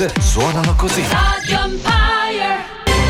hit suonano così. Radio Empire.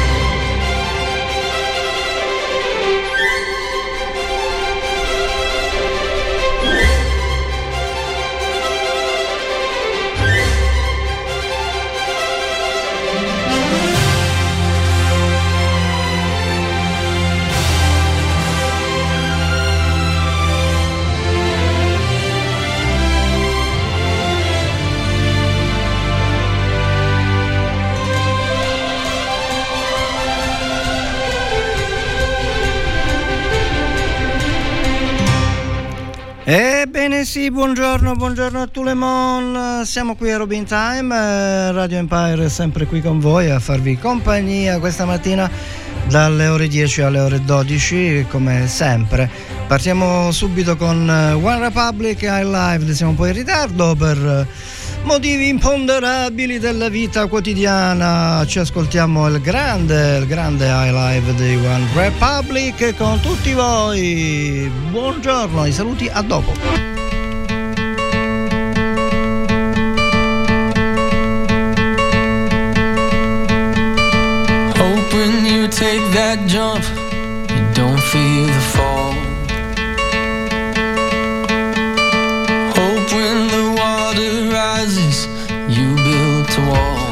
Ebbene sì, buongiorno a tout le monde, siamo qui a Robin Time, Radio Empire è sempre qui con voi a farvi compagnia questa mattina dalle ore 10 alle ore 12 come sempre. Partiamo subito con One Republic High Live, siamo un po' in ritardo per motivi imponderabili della vita quotidiana. Ci ascoltiamo il grande High Live di One Republic con tutti voi. Buongiorno, i saluti, a dopo. Hope when you take that jump, you don't feel the fall. Hope when the water rises, you built a wall.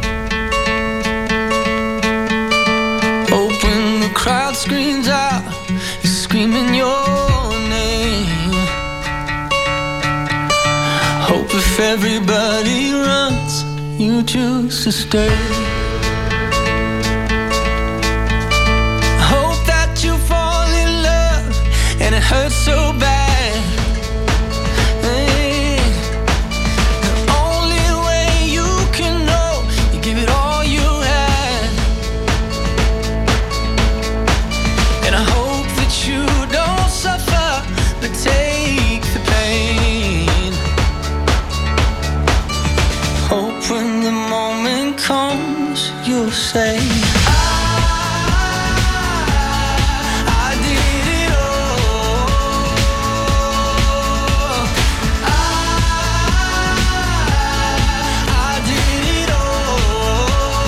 Hope when the crowd screams out, you're screaming your name. Hope if everybody runs, you choose to stay. Hope that you fall in love and it hurts so bad. Take the pain. Hope when the moment comes, you'll say, I did it all. I did it all.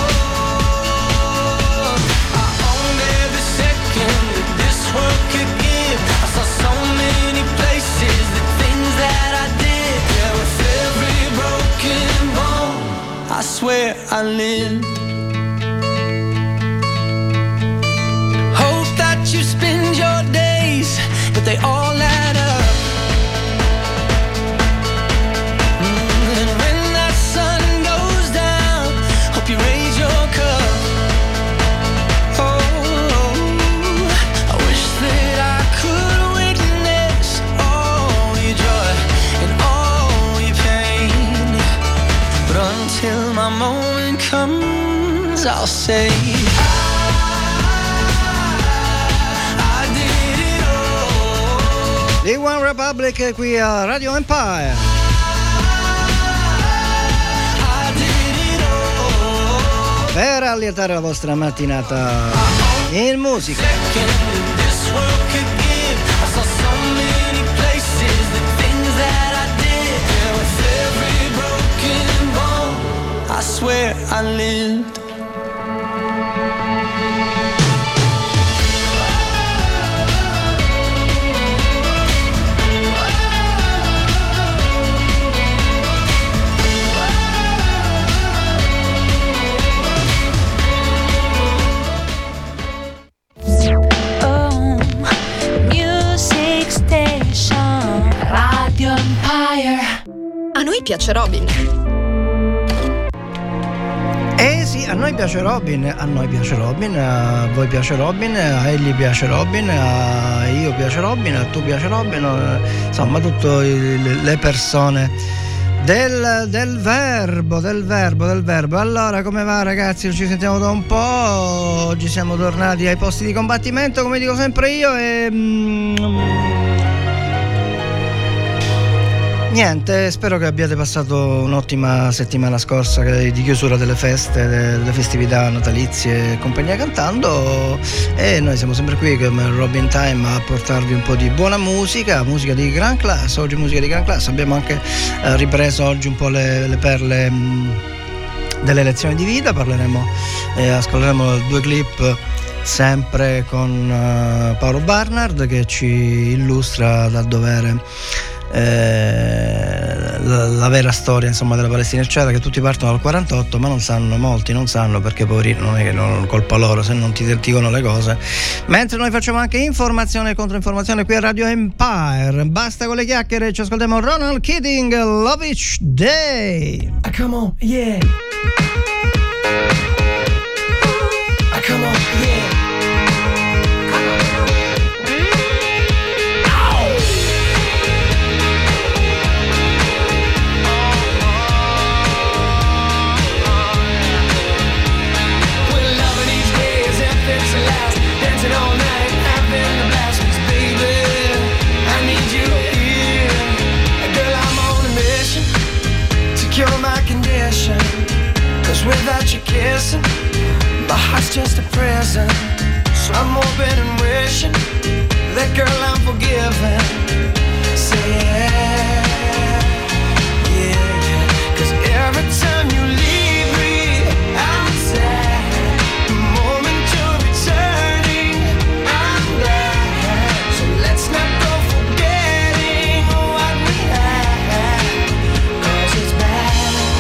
I owned every second that this world could give. I saw so many places, the things that I did. Yeah, with every broken bone, I swear I lived. Hope that you spend your days, but they all add up. And when that sun goes down, hope you raise your cup. Oh, I wish that I could witness all your joy and all your pain. But until my moment comes, I'll say, I did it all. The One Republic qui a Radio Empire. I did it all. Per allietare la vostra mattinata in musica. Second this world could give. I saw so many places, the things that I did. Yeah, with every broken bone, I swear I lived. Music Station Radio Empire. A noi piace Robin. Eh sì, a noi piace Robin, a voi piace Robin, a Ellie piace Robin, a io piace Robin, a tu piace Robin, insomma tutte le persone del verbo. Allora, come va ragazzi? Non ci sentiamo da un po', oggi siamo tornati ai posti di combattimento, come dico sempre io, e niente, spero che abbiate passato un'ottima settimana scorsa di chiusura delle feste, delle festività natalizie e compagnia cantando, e noi siamo sempre qui come Robin Time a portarvi un po' di buona musica di gran classe. Oggi musica di gran classe, abbiamo anche ripreso oggi un po' le perle delle lezioni di vita, ascolteremo 2 clip sempre con Paolo Barnard, che ci illustra dal dovere la vera storia, insomma, della Palestina eccetera, che tutti partono dal 48, ma molti non sanno, perché poverino, non è che non è colpa loro se non ti dicono le cose. Mentre noi facciamo anche informazione e controinformazione qui a Radio Empire. Basta con le chiacchiere, ci ascoltiamo Ronald Keating, Love Each Day. Come on, yeah. Come on, yeah. Without you kissing, my heart's just a prison. So I'm hoping and wishing that girl I'm forgiven. Say yeah, yeah. 'Cause every time you leave me, I'm sad. The moment you're returning, I'm glad. So let's not go forgetting what we had, 'cause it's bad.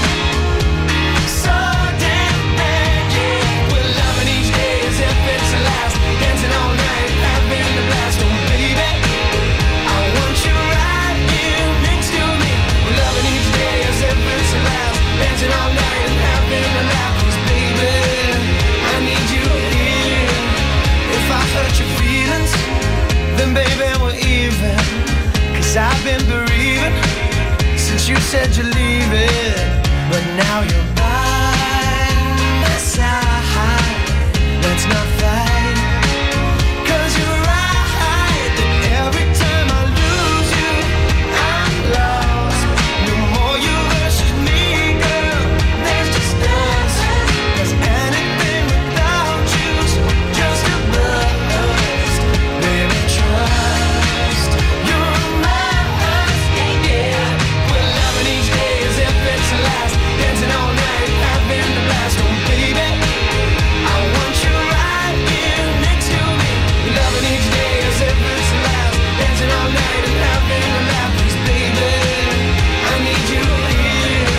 Then baby we're even, 'cause I've been bereaving since you said you're leaving. But now you're by my side. Let's not fight, 'cause you're right that every time I lose you, I'm lost. No more you versus me, girl, there's just us. 'Cause anything without you's just a bust. Baby, trust, you're mine, yeah. We're loving each day as if it's the last, dancing all night, having the blast. Oh baby, I want you right here next to me. We're loving each day as if it's the last, dancing all night and having a laugh. Please baby, I need you here.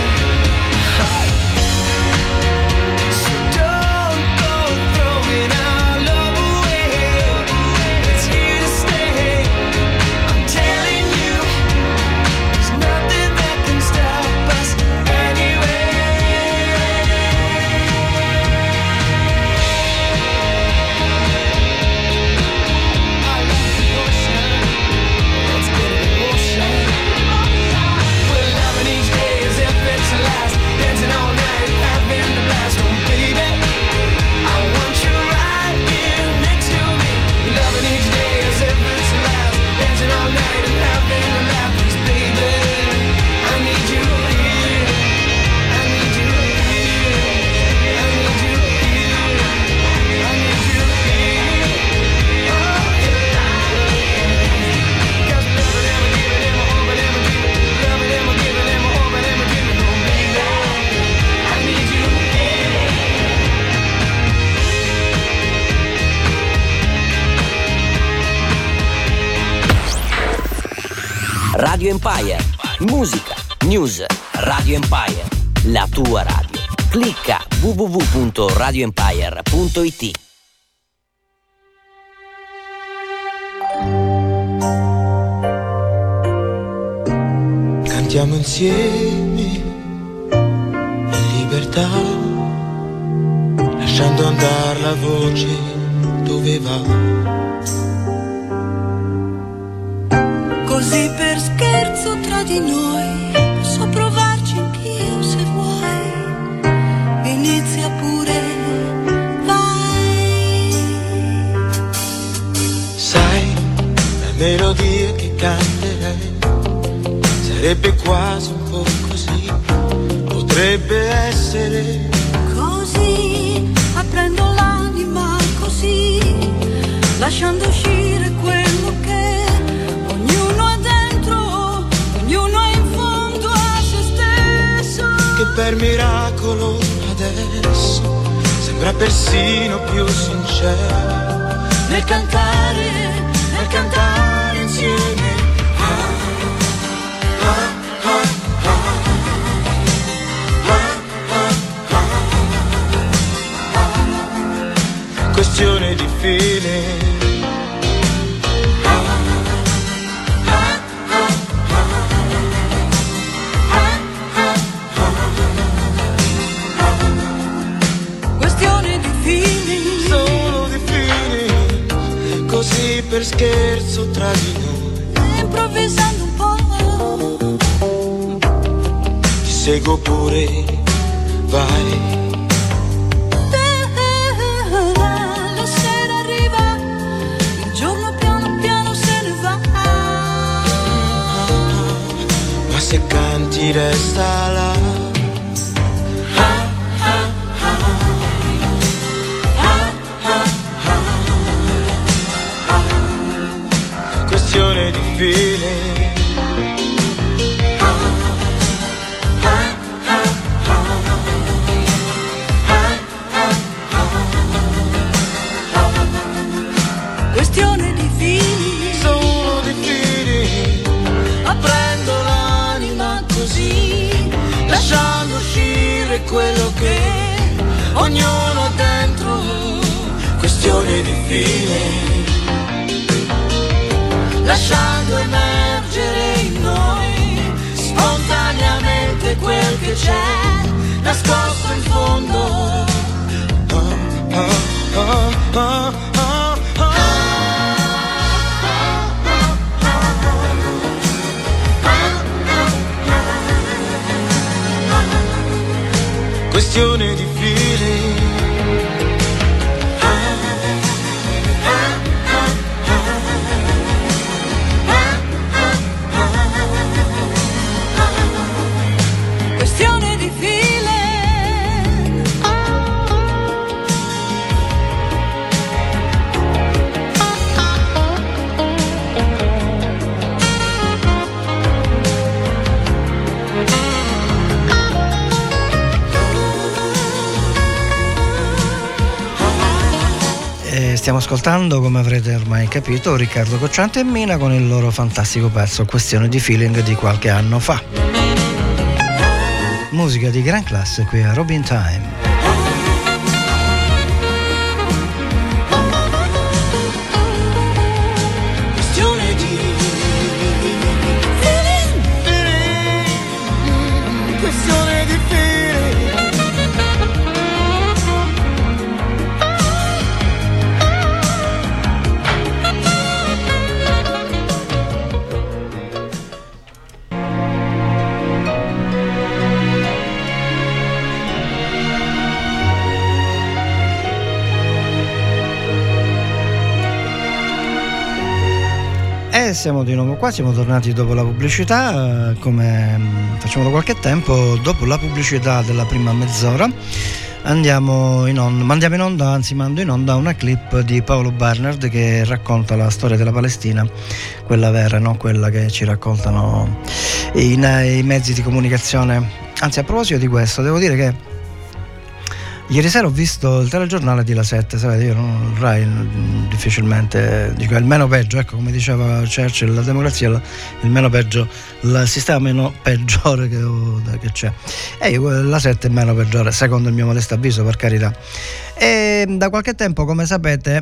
So don't go throwing our love away. It's here to stay. I'm telling you, there's nothing that can stop us anyway. I love the ocean. Let's get in motion. We're loving each day as if it's the last, dancing all night, having the blast. Oh baby, I want you right here next to me. We're loving each day as if it's the last, dancing all night and having a laugh. Please baby, I need you here. I need you here. I need you here. I need you here. Oh yeah. 'Cause we're loving and we're giving and we're hoping and we're dreaming. Loving and we're giving and we're hoping and we're dreaming. Oh baby, I need you here. Radio Empire, musica, news, Radio Empire, la tua radio. Clicca www.radioempire.it. Cantiamo insieme in libertà, lasciando andare la voce dove va. Così per scherzo tra di noi posso provarci anch'io se vuoi. Inizia pure, vai. Sai, la melodia che canterei sarebbe quasi un po' così, potrebbe essere Così, aprendo l'anima così, lasciando uscire quello che ognuno ha dentro, ognuno è in fondo a se stesso. che per miracolo adesso sembra persino più sincero nel cantare insieme. Questione di feeling. Questione di feeling. Solo di feeling. Così per scherzo tra di noi, Improvvisando un po', ti seguo pure, vai. la sera arriva, il giorno piano piano se ne va. Ma se canti resta là. Questione di feeling. Questione di feeling. Solo di feeling. Aprendo l'anima così, lasciando uscire quello che ognuno ha dentro. Questione di feeling. Lasciando emergere in noi spontaneamente quel che c'è nascosto in fondo. Questione di feeling. Questione di feeling. Stiamo ascoltando, come avrete ormai capito, Riccardo Cocciante e Mina con il loro fantastico pezzo Questione di feeling di qualche anno fa. Musica di gran classe qui a Robin Time. Questione di feeling. Questione di feeling. E siamo di nuovo qua, siamo tornati dopo la pubblicità, come facciamo da qualche tempo. Dopo la pubblicità della prima mezz'ora mando in onda una clip di Paolo Barnard che racconta la storia della Palestina, quella vera, no? Quella che ci raccontano i mezzi di comunicazione. Anzi, a proposito di questo, devo dire che ieri sera ho visto il telegiornale di La 7, sapete, io non Rai difficilmente dico, è il meno peggio, ecco, come diceva Churchill, la democrazia è il meno peggio, il sistema meno peggiore che c'è. E io La 7 è meno peggiore, secondo il mio modesto avviso, per carità. E da qualche tempo, come sapete,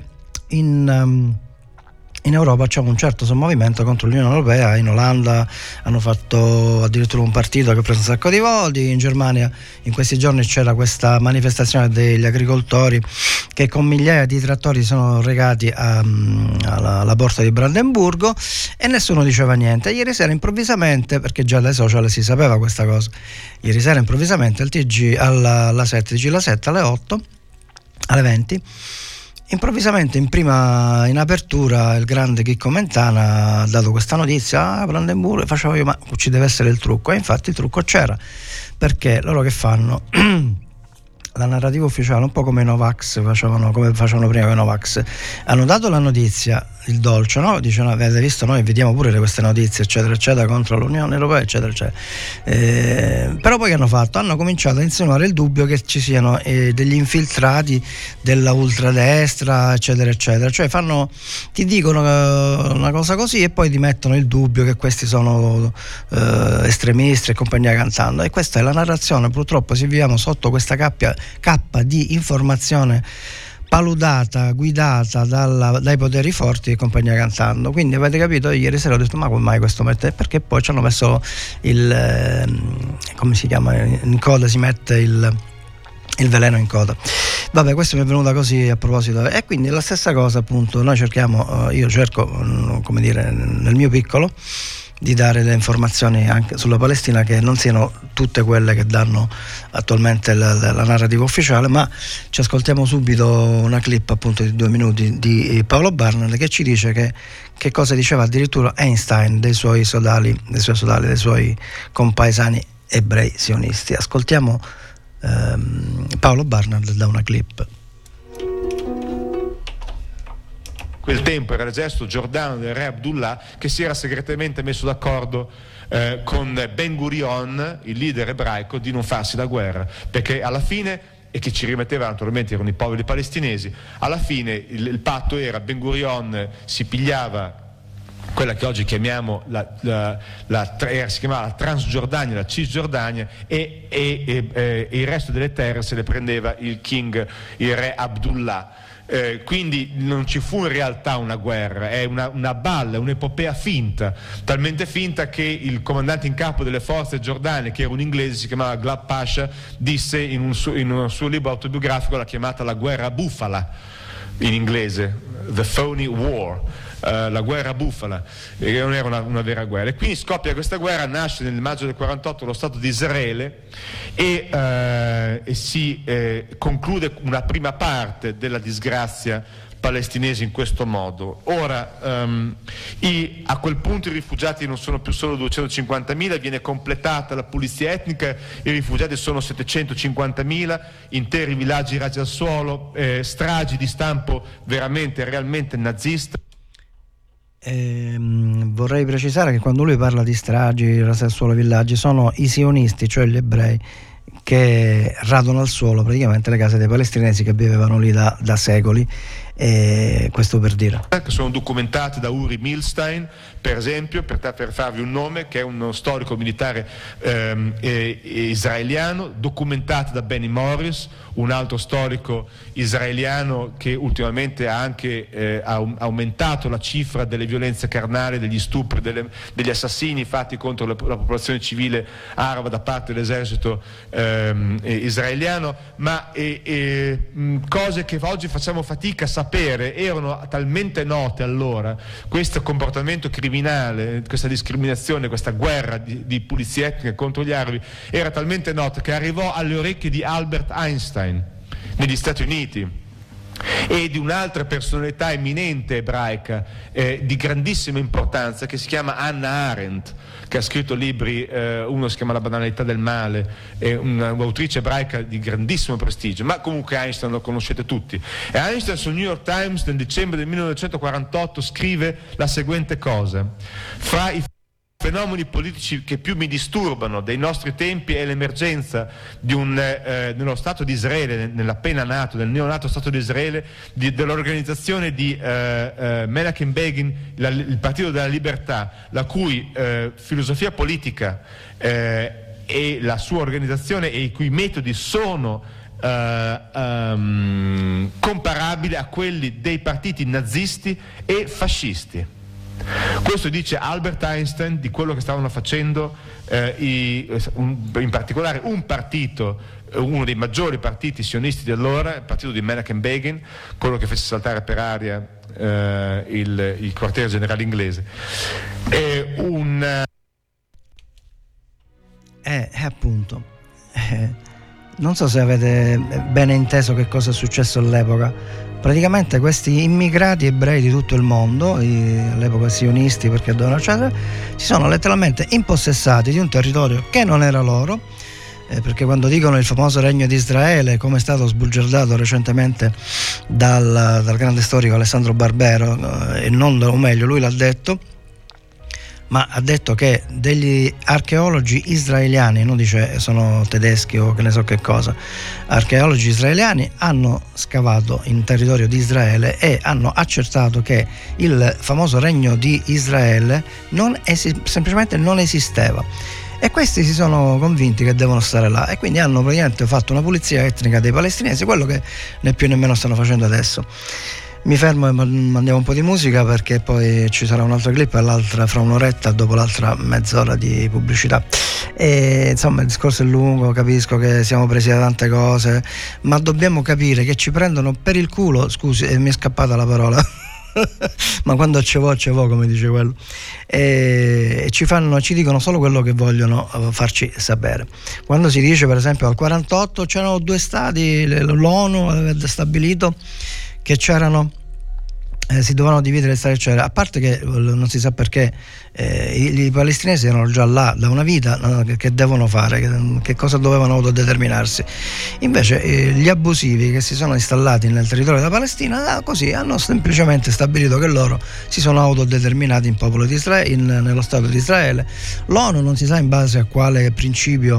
in Europa c'è un certo sommovimento contro l'Unione Europea. In Olanda hanno fatto addirittura un partito che ha preso un sacco di voti. In Germania in questi giorni c'era questa manifestazione degli agricoltori che con migliaia di trattori sono recati alla porta di Brandeburgo e nessuno diceva niente. Ieri sera improvvisamente, perché già dai social si sapeva questa cosa, ieri sera improvvisamente il TG alla 7 alle 8, alle 20, improvvisamente in apertura il grande Chicco Mentana ha dato questa notizia: Brandeburgo, e facevo io, ma ci deve essere il trucco. E infatti il trucco c'era, perché loro che fanno? la narrativa ufficiale, un po' come i Novax facevano prima i Novax, hanno dato la notizia, il dolce, no? Dicono: avete visto, noi vediamo pure queste notizie eccetera eccetera contro l'Unione Europea eccetera eccetera, però poi che hanno fatto? Hanno cominciato a insinuare il dubbio che ci siano degli infiltrati della ultradestra eccetera eccetera, cioè ti dicono una cosa così e poi ti mettono il dubbio che questi sono estremisti e compagnia cantando, e questa è la narrazione. Purtroppo si viviamo sotto questa cappa di informazione paludata, guidata dai poteri forti e compagnia cantando. Quindi avete capito, ieri sera ho detto: ma come mai questo mette? Perché poi ci hanno messo come si chiama, in coda si mette il veleno in coda. Vabbè, questo mi è venuta così a proposito, e quindi la stessa cosa appunto noi io cerco, come dire, nel mio piccolo, di dare le informazioni anche sulla Palestina che non siano tutte quelle che danno attualmente la narrativa ufficiale, ma ci ascoltiamo subito una clip appunto di 2 minuti di Paolo Barnard che ci dice che cosa diceva addirittura Einstein dei suoi compaesani ebrei sionisti. Ascoltiamo Paolo Barnard da una clip. Quel tempo era l'esercito giordano del re Abdullah che si era segretamente messo d'accordo con Ben Gurion, il leader ebraico, di non farsi la guerra, perché alla fine, e che ci rimetteva naturalmente, erano i poveri palestinesi, alla fine il patto era: Ben Gurion si pigliava quella che oggi chiamiamo si chiamava la Transgiordania, la Cisgiordania, e il resto delle terre se le prendeva il re Abdullah. Quindi non ci fu in realtà una guerra, è una balla, un'epopea finta, talmente finta che il comandante in capo delle forze giordane, che era un inglese, si chiamava Glab Pasha, disse in un suo libro autobiografico, l'ha chiamata la guerra bufala in inglese, The Phony War, la guerra bufala, che non era una vera guerra. E quindi scoppia questa guerra, nasce nel maggio del 48 lo Stato di Israele e si conclude una prima parte della disgrazia palestinese in questo modo. Ora a quel punto i rifugiati non sono più solo 250.000, viene completata la pulizia etnica, i rifugiati sono 750.000, interi villaggi rasi al suolo, stragi di stampo realmente nazista. Vorrei precisare che quando lui parla di stragi, rasi al suolo, villaggi, sono i sionisti, cioè gli ebrei, che radono al suolo praticamente le case dei palestinesi che vivevano lì da secoli. Questo per dire che sono documentati da Uri Milstein, per esempio, per farvi un nome, che è uno storico militare israeliano, documentati da Benny Morris, un altro storico israeliano che ultimamente ha anche aumentato la cifra delle violenze carnali, degli stupri, degli assassini fatti contro la popolazione civile araba da parte dell'esercito israeliano, ma cose che oggi facciamo fatica a sapere, erano talmente note allora, questo comportamento criminale, questa discriminazione, questa guerra di pulizia etnica contro gli arabi era talmente nota che arrivò alle orecchie di Albert Einstein negli Stati Uniti e di un'altra personalità eminente ebraica di grandissima importanza che si chiama Hannah Arendt, che ha scritto libri, uno si chiama La banalità del male, è un'autrice ebraica di grandissimo prestigio, ma comunque Einstein lo conoscete tutti. E Einstein sul New York Times nel dicembre del 1948 scrive la seguente cosa: fra i fenomeni politici che più mi disturbano dei nostri tempi è l'emergenza di nello Stato di Israele, nell'appena nato, nel neonato Stato di Israele, dell'organizzazione di Menachem Begin, il Partito della Libertà, la cui filosofia politica e la sua organizzazione e i cui metodi sono comparabili a quelli dei partiti nazisti e fascisti. Questo dice Albert Einstein di quello che stavano facendo in particolare un partito, uno dei maggiori partiti sionisti di allora, il partito di Menachem Begin, quello che fece saltare per aria il quartiere generale inglese. Appunto, non so se avete bene inteso che cosa è successo all'epoca. Praticamente questi immigrati ebrei di tutto il mondo, all'epoca sionisti perché dovevano eccetera, si sono letteralmente impossessati di un territorio che non era loro, perché quando dicono il famoso regno di Israele, come è stato sbugiardato recentemente dal grande storico Alessandro Barbero, e non, o meglio, lui l'ha detto, ma ha detto che degli archeologi israeliani, non dice sono tedeschi o che ne so che cosa, archeologi israeliani hanno scavato in territorio di Israele e hanno accertato che il famoso regno di Israele semplicemente non esisteva, e questi si sono convinti che devono stare là, e quindi hanno praticamente fatto una pulizia etnica dei palestinesi, quello che né più nemmeno stanno facendo adesso. Mi fermo e mandiamo un po' di musica, perché poi ci sarà un altro clip e l'altra fra un'oretta, dopo l'altra mezz'ora di pubblicità. E insomma il discorso è lungo, capisco che siamo presi da tante cose, ma dobbiamo capire che ci prendono per il culo, scusi, mi è scappata la parola ma quando ce vo, come dice quello, e ci dicono solo quello che vogliono farci sapere. Quando si dice, per esempio, al 48 c'erano 2 stati, l'ONU aveva stabilito che c'erano, si dovevano dividere le stati, eccetera. A parte che non si sa perché i palestinesi erano già là da una vita, che devono fare, che cosa dovevano autodeterminarsi. Invece gli abusivi che si sono installati nel territorio della Palestina, così hanno semplicemente stabilito che loro si sono autodeterminati in popolo di Israele, nello Stato di Israele. L'ONU non si sa in base a quale principio,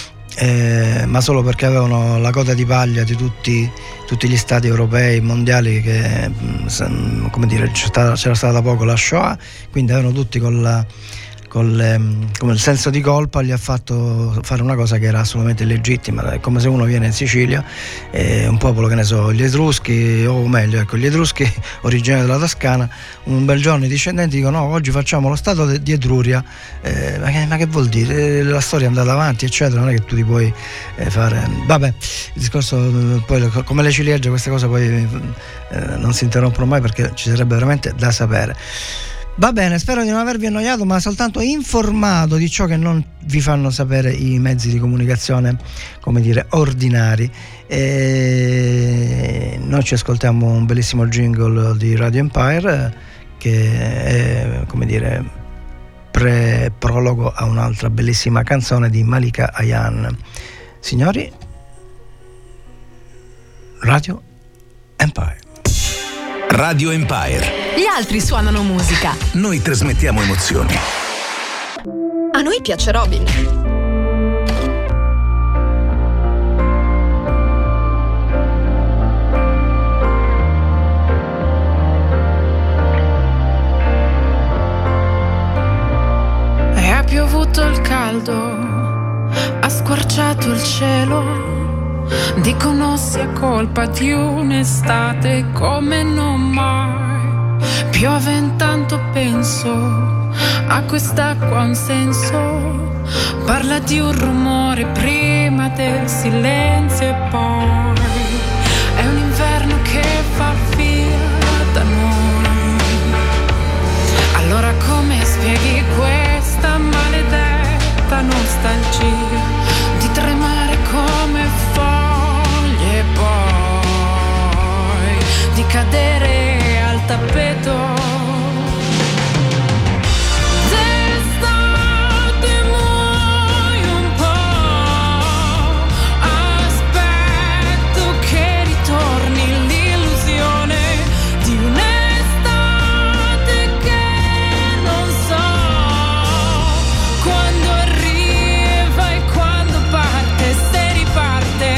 ma solo perché avevano la coda di paglia di tutti gli stati europei mondiali, che, come dire, c'era stata da poco la Shoah, quindi avevano tutti come il senso di colpa, gli ha fatto fare una cosa che era assolutamente illegittima. È come se uno viene in Sicilia, un popolo, che ne so, gli Etruschi, o meglio, ecco, gli Etruschi originari della Toscana, un bel giorno i discendenti dicono: no, oggi facciamo lo stato di Etruria. Ma che vuol dire? La storia è andata avanti, eccetera, non è che tu ti puoi fare. Vabbè, il discorso, poi come le ciliegie, queste cose poi non si interrompono mai, perché ci sarebbe veramente da sapere. Va bene, spero di non avervi annoiato, ma soltanto informato di ciò che non vi fanno sapere i mezzi di comunicazione, come dire, ordinari. Noi ci ascoltiamo un bellissimo jingle di Radio Empire, che è, come dire, prologo a un'altra bellissima canzone di Malika Ayan. Signori, Radio Empire. Radio Empire. Gli altri suonano musica, Noi trasmettiamo emozioni. a noi piace Robin. È piovuto il caldo, ha squarciato il cielo. Dicono sia colpa di un'estate come non mai. Piove intanto, penso a quest'acqua un senso. Parla di un rumore prima del silenzio e poi è un inverno che va via da noi. Allora come spieghi questa maledetta nostalgia di tremare come foglie e poi di cadere al tappeto? D'estate muoio un po', aspetto che ritorni l'illusione di un'estate che non so quando arriva e quando parte, se riparte.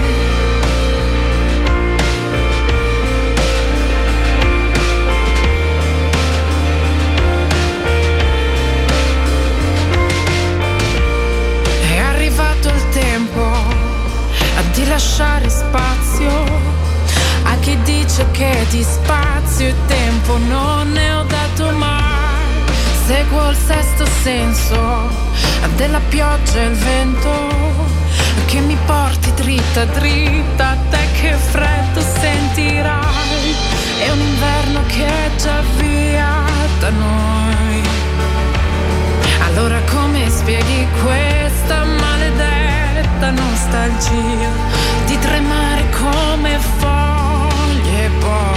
È arrivato il tempo di lasciare spazio a chi dice che di spazio e tempo non ne ho dato mai. Seguo il sesto senso della pioggia e il vento che mi porti dritta dritta a te, che freddo sentirai. È un inverno che è già via da noi. Allora come spieghi questa maledetta nostalgia di tremare come foglie e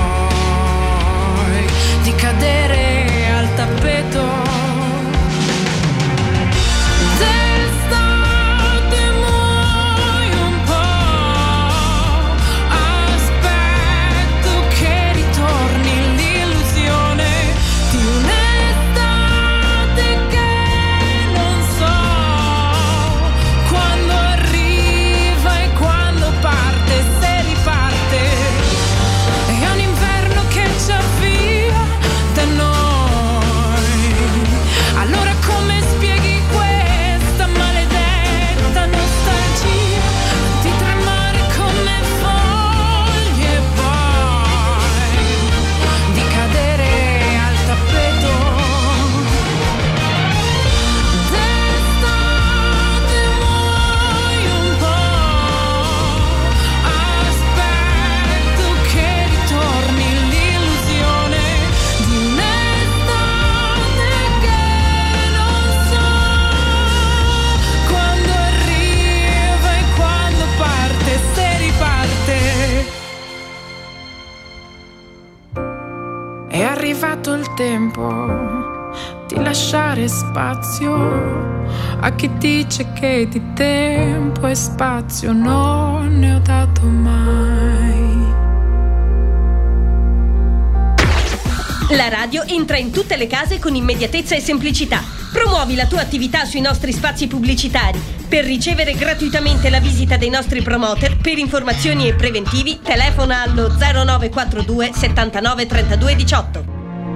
poi di cadere al tappeto? D'estate muoio tutto il tempo di lasciare spazio a chi dice che di tempo e spazio non ne ho dato mai. La radio entra in tutte le case con immediatezza e semplicità. Promuovi la tua attività sui nostri spazi pubblicitari. Per ricevere gratuitamente la visita dei nostri promoter, per informazioni e preventivi, telefona allo 0942 79 32 18.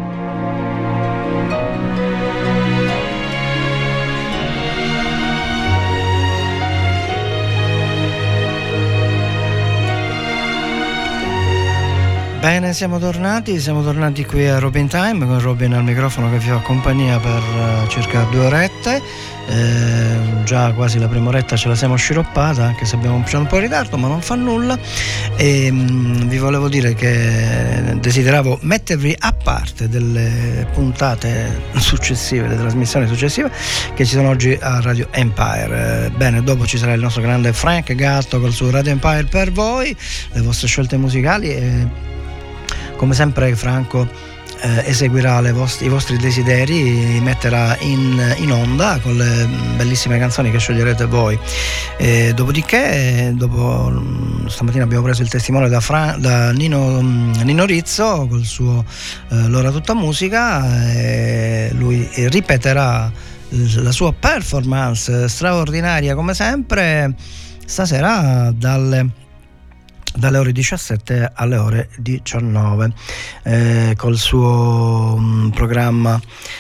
Bene, siamo tornati qui a Robin Time con Robin al microfono che vi fa compagnia per circa 2 orette. Già quasi la prima oretta ce la siamo sciroppata, anche se abbiamo un po' di ritardo, ma non fa nulla. E vi volevo dire che desideravo mettervi a parte delle puntate successive, le trasmissioni successive che ci sono oggi a Radio Empire. Bene, dopo ci sarà il nostro grande Frank Gatto col suo Radio Empire per voi, le vostre scelte musicali, e come sempre Franco eseguirà i vostri desideri, metterà in onda con le bellissime canzoni che sceglierete voi. Dopodiché, stamattina abbiamo preso il testimone da Nino Rizzo col suo L'ora tutta musica, lui ripeterà la sua performance straordinaria come sempre stasera dalle ore 17 alle ore 19 col suo programma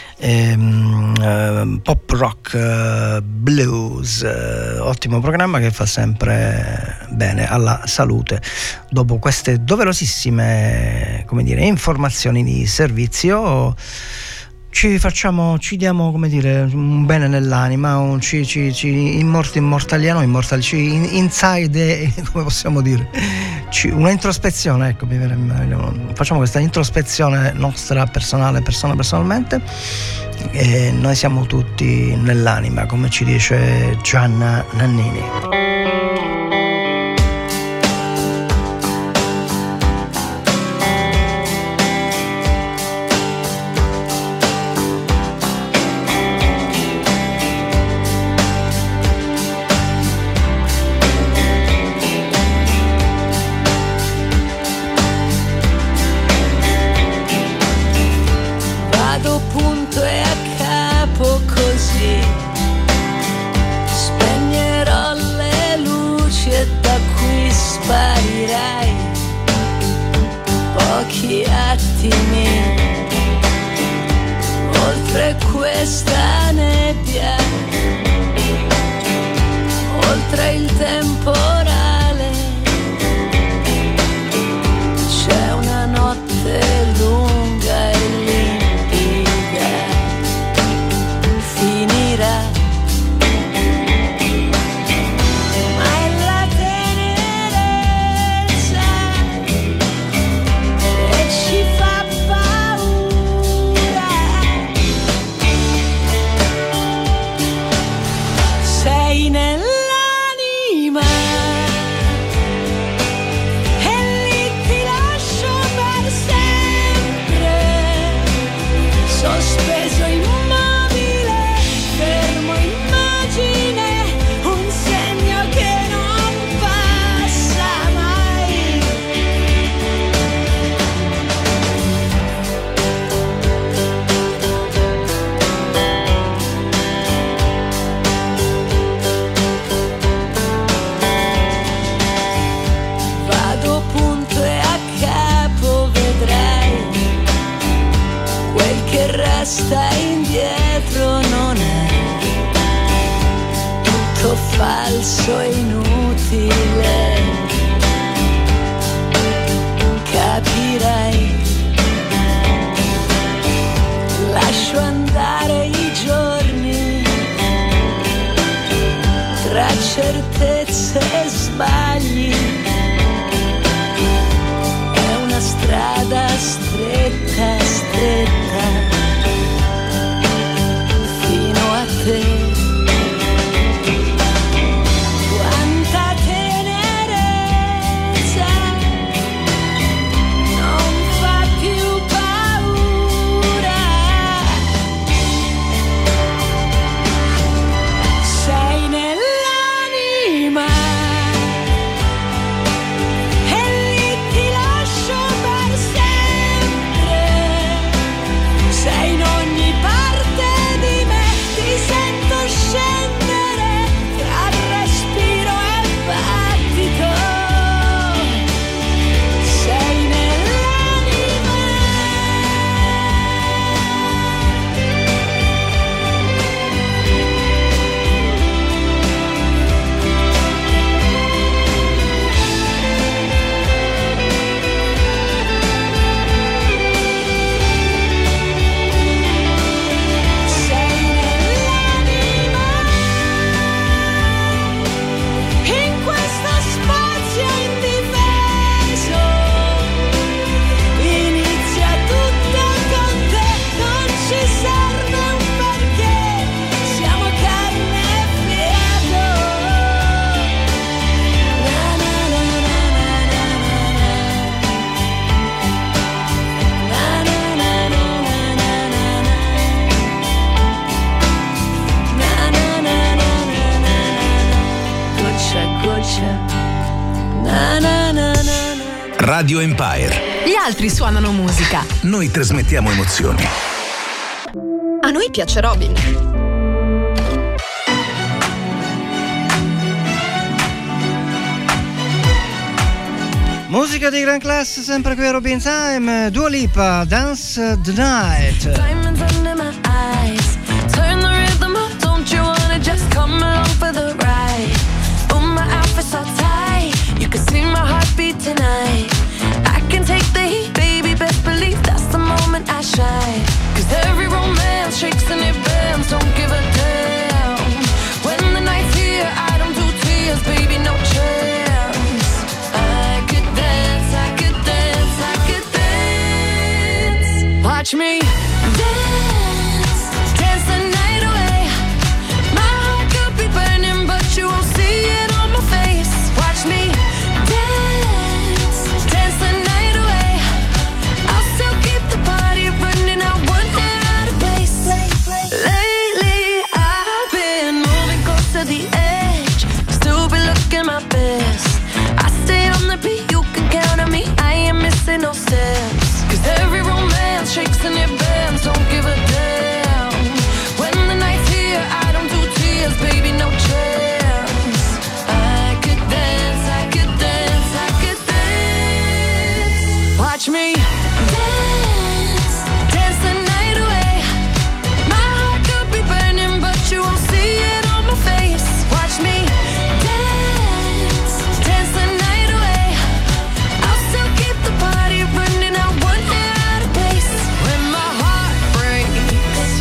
pop rock blues, ottimo programma che fa sempre bene alla salute. Dopo queste doverosissime, come dire, informazioni di servizio, ci diamo, come dire, un bene nell'anima, immortaliamo, inside, come possiamo dire, una introspezione, ecco, facciamo questa introspezione nostra personalmente, e noi siamo tutti nell'anima, come ci dice Gianna Nannini. falso e inutile, capirai, lascio andare i giorni tra certezze e sbagli, è una strada stretta, stretta fino a te. Paura Radio Empire. Gli altri suonano musica. Noi trasmettiamo emozioni. A noi piace Robin. Musica di gran classe, sempre qui a Robin Time. Dua Lipa, Dance the Night. Diamonds under my eyes. Turn the rhythm up, don't you wanna just come along for the ride? Oh, my outfit's all tight. You can see my heartbeat tonight. I can take the heat, baby, best believe that's the moment I shine. Cause every romance shakes and it bends, don't give a damn. When the night's here, I don't do tears, baby, no chance. Watch me dance, dance the night away. My heart could be burning, but you won't see it on my face. Watch me dance, dance the night away. I'll still keep the party running, I won't get out of place. Lately, I've been moving close to the edge, still be looking my best. I stay on the beat, you can count on me, I ain't missing no steps. Cause every romance shakes and it bends, don't give a damn. When the night's here, I don't do tears, baby, no chance. I could dance, I could dance, I could dance. Watch me dance, dance the night away. My heart could be burning, but you won't see it on my face. Watch me dance, dance the night away. I'll still keep the party running, I won't get out of place. When my heart breaks,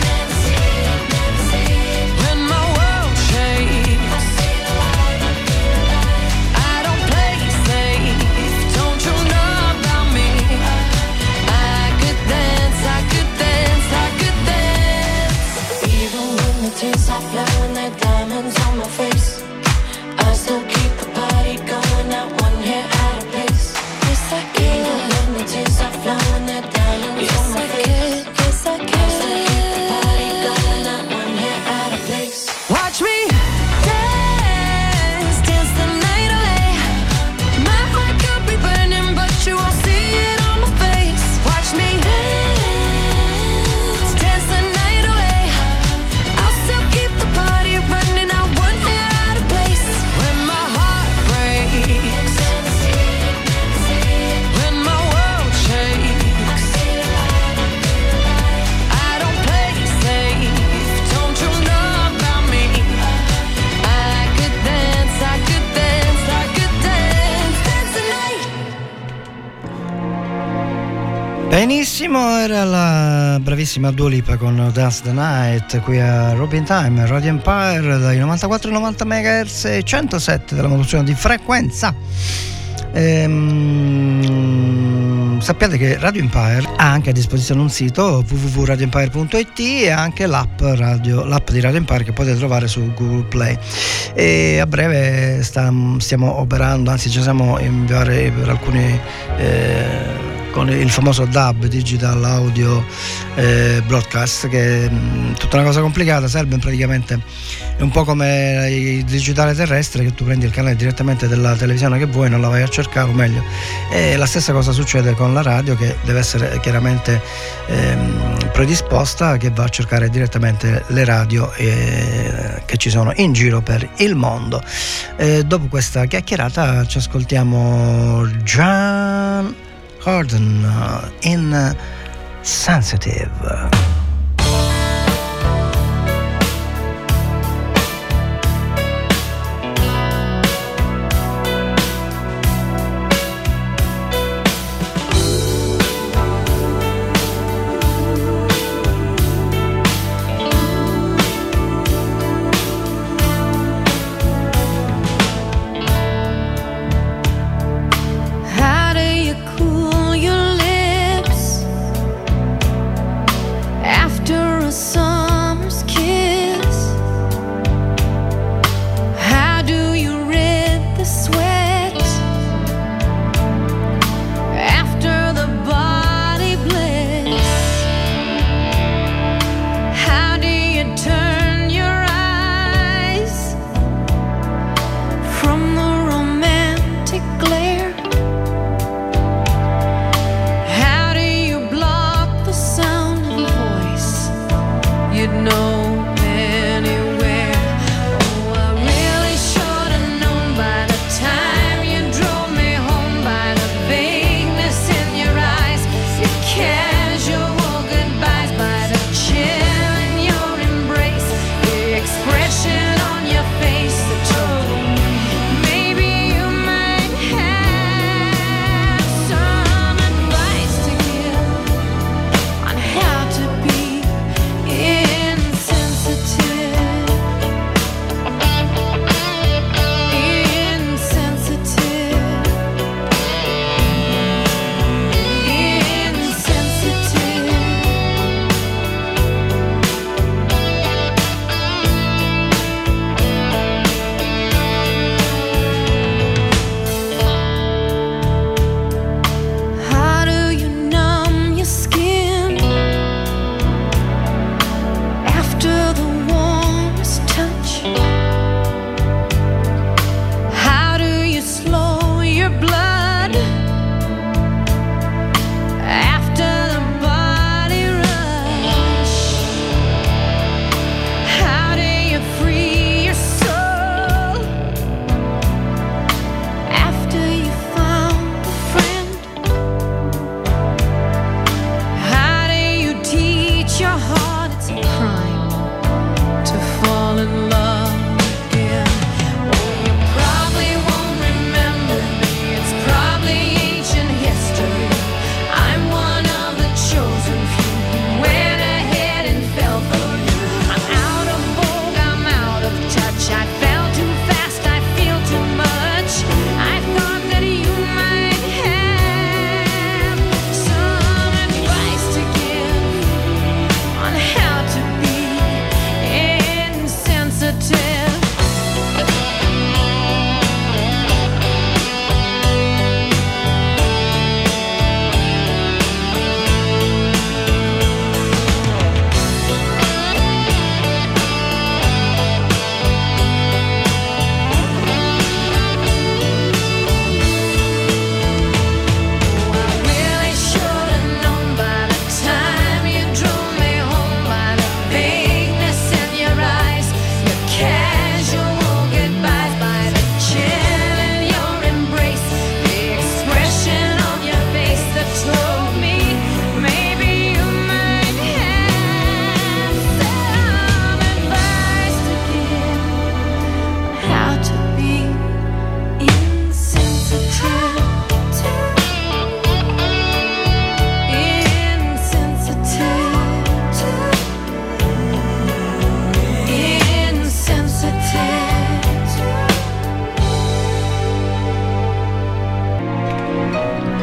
when my world shakes, I don't play safe, don't you know about me? I could dance, I could dance, I could dance. Even when the tears are flowing, they're diamonds on my face, I still keep the party going, not one hair out of place. Yes, I can. Even when the tears are flowing, they're diamonds on my face. Yes, I can. I still keep the party going, not one hair out of place. Watch me dance, dance the night away. My heart could be burning, but you won't see it on my face. Watch me dance, dance the night away. I'll still keep the party running, I won't get out of place. When my heart breaks, when my world shakes, I don't play safe, don't you know about me? I could dance, I could dance, I could dance, dance the night. Benissimo, era la bravissima Dua Lipa con Dance the Night qui a Robin Time, Radio Empire, dai 94-90 MHz e 107 della modulazione di frequenza. Sappiate che Radio Empire ha anche a disposizione un sito www.radioempire.it e anche l'app di Radio Empire che potete trovare su Google Play, e a breve stiamo operando, anzi ci siamo in variare per alcuni con il famoso DAB, Digital Audio Broadcast, che è tutta una cosa complicata. Serve praticamente, è un po' come il digitale terrestre, che tu prendi il canale direttamente della televisione che vuoi, non la vai a cercare, o meglio, e la stessa cosa succede con la radio, che deve essere chiaramente predisposta, che va a cercare direttamente le radio che ci sono in giro per il mondo. Dopo questa chiacchierata ci ascoltiamo John Gordon in Sensitive. How do you cool your lips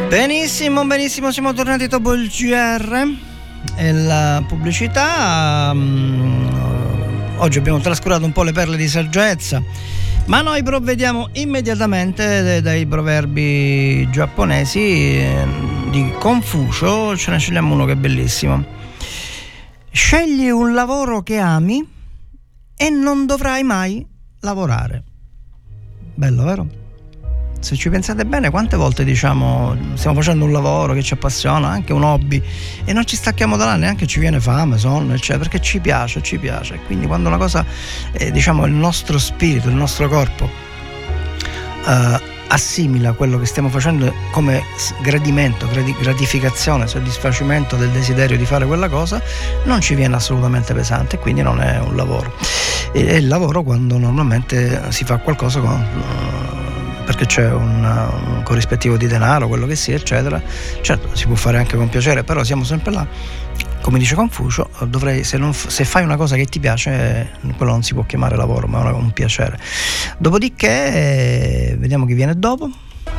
Benissimo, benissimo, siamo tornati dopo il GR e la pubblicità. Oggi abbiamo trascurato un po' le perle di saggezza, ma noi provvediamo immediatamente dai proverbi giapponesi di Confucio. Ce ne scegliamo uno che è bellissimo. Scegli un lavoro che ami e non dovrai mai lavorare. Bello, vero? Se ci pensate bene, quante volte diciamo stiamo facendo un lavoro che ci appassiona, anche un hobby, e non ci stacchiamo da là, neanche ci viene fame, sonno, eccetera, perché ci piace. E quindi quando una cosa, diciamo, il nostro spirito, il nostro corpo assimila quello che stiamo facendo come gradimento, gratificazione, soddisfacimento del desiderio di fare quella cosa, non ci viene assolutamente pesante, e quindi non è un lavoro. È il lavoro quando normalmente si fa qualcosa perché c'è un corrispettivo di denaro, quello che sia, eccetera. Certo, si può fare anche con piacere, però siamo sempre là. Come dice Confucio, se fai una cosa che ti piace, quello non si può chiamare lavoro, ma è un piacere. Dopodiché, vediamo chi viene dopo.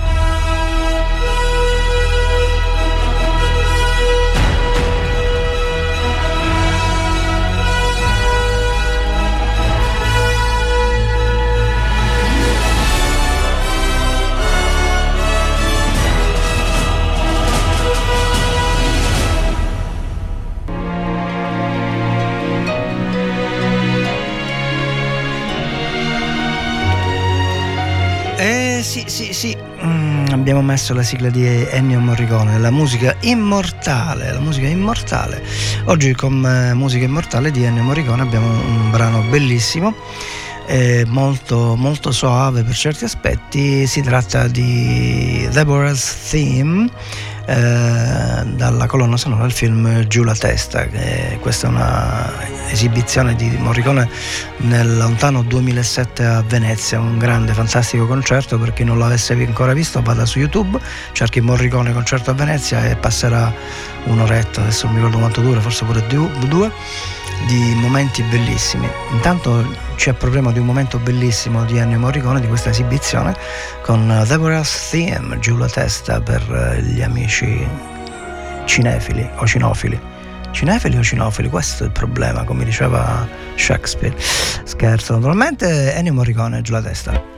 Sì. Abbiamo messo la sigla di Ennio Morricone, la musica immortale. Oggi con musica immortale di Ennio Morricone abbiamo un brano bellissimo, molto, molto soave per certi aspetti. Si tratta di Deborah's Theme, dalla colonna sonora del film Giù la testa. Questa è una esibizione di Morricone nel lontano 2007 a Venezia, un grande, fantastico concerto. Per chi non l'avesse ancora visto, vada su YouTube, cerchi Morricone concerto a Venezia e passerà un'oretta, adesso non mi ricordo quanto dura, forse pure due, di momenti bellissimi. Intanto ci appropriamo di un momento bellissimo di Ennio Morricone, di questa esibizione, con Deborah's Theme, Giù la testa, per gli amici cinefili o cinofili. Cinefili o cinofili? Questo è il problema, come diceva Shakespeare. Scherzo, naturalmente. Ennio Morricone, Giù la testa.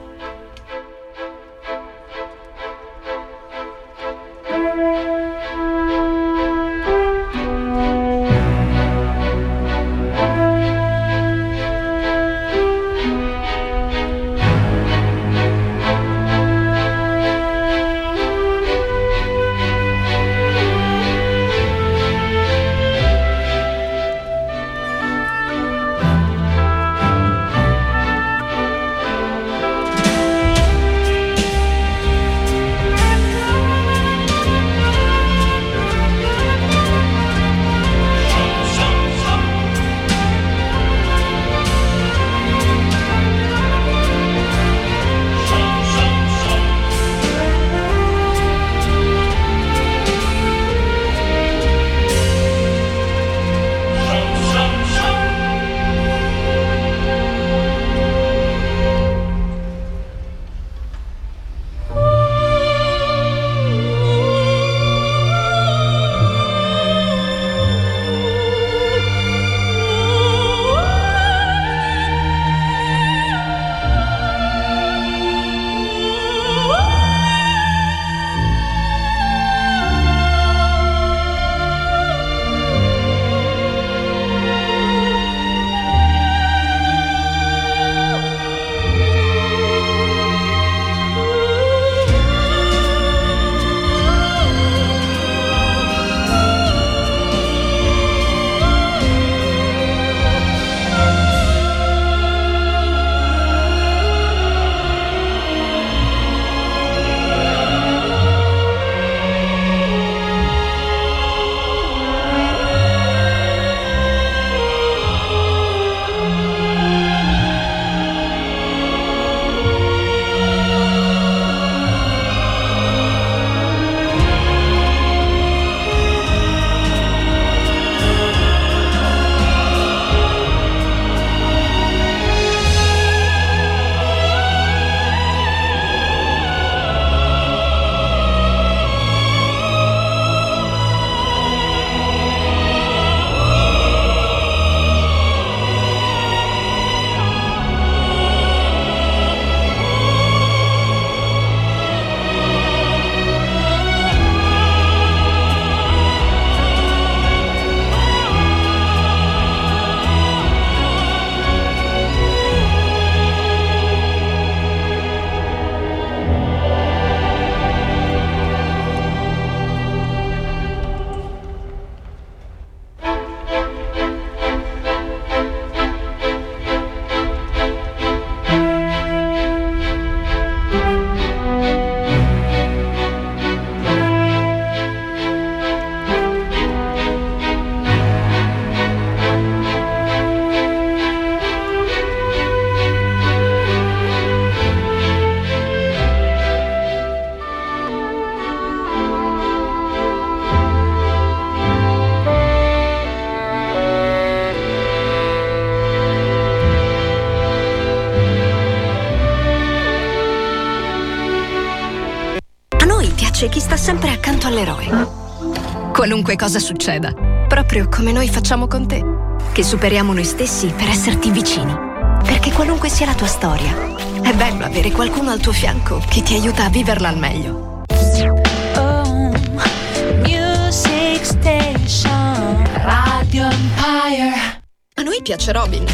nasce chi sta sempre accanto all'eroe. Qualunque cosa succeda, proprio come noi facciamo con te, che superiamo noi stessi per esserti vicini. Perché qualunque sia la tua storia, è bello avere qualcuno al tuo fianco che ti aiuta a viverla al meglio. Oh, Music Station Radio Empire. A noi piace Robin.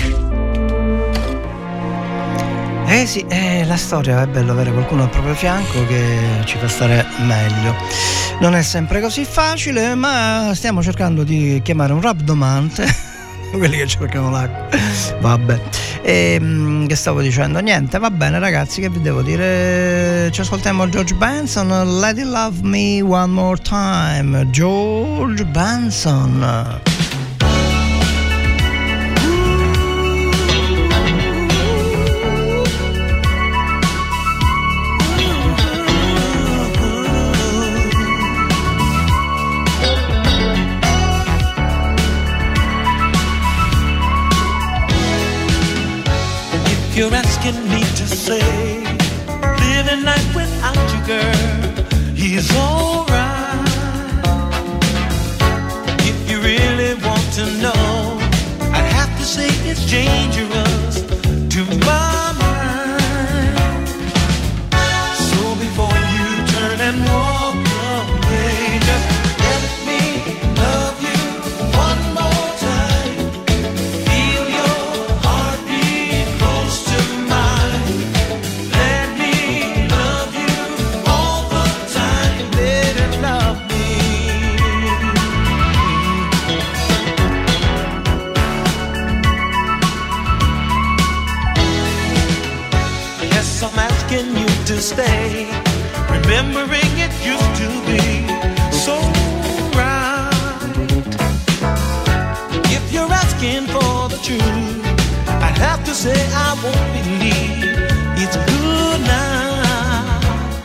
Sì, la storia è bello avere qualcuno al proprio fianco che ci fa stare meglio. Non è sempre così facile, ma stiamo cercando di chiamare un rabdomante, quelli che cercano l'acqua. Vabbè. Che stavo dicendo? Niente, va bene ragazzi, che vi devo dire? Ci ascoltiamo George Benson, Let It Love Me One More Time. George Benson. You're asking me to say, living life without you, girl, is alright. If you really want to know, I'd have to say it's dangerous to my mind. So before you turn and walk away, just let me love you one more time. Feel your heartbeat close to mine. Let me love you all the time. Let it love me. Yes, I'm asking you to stay, remembering it used to be so right. If you're asking for the truth, I'd have to say I won't believe it's good now.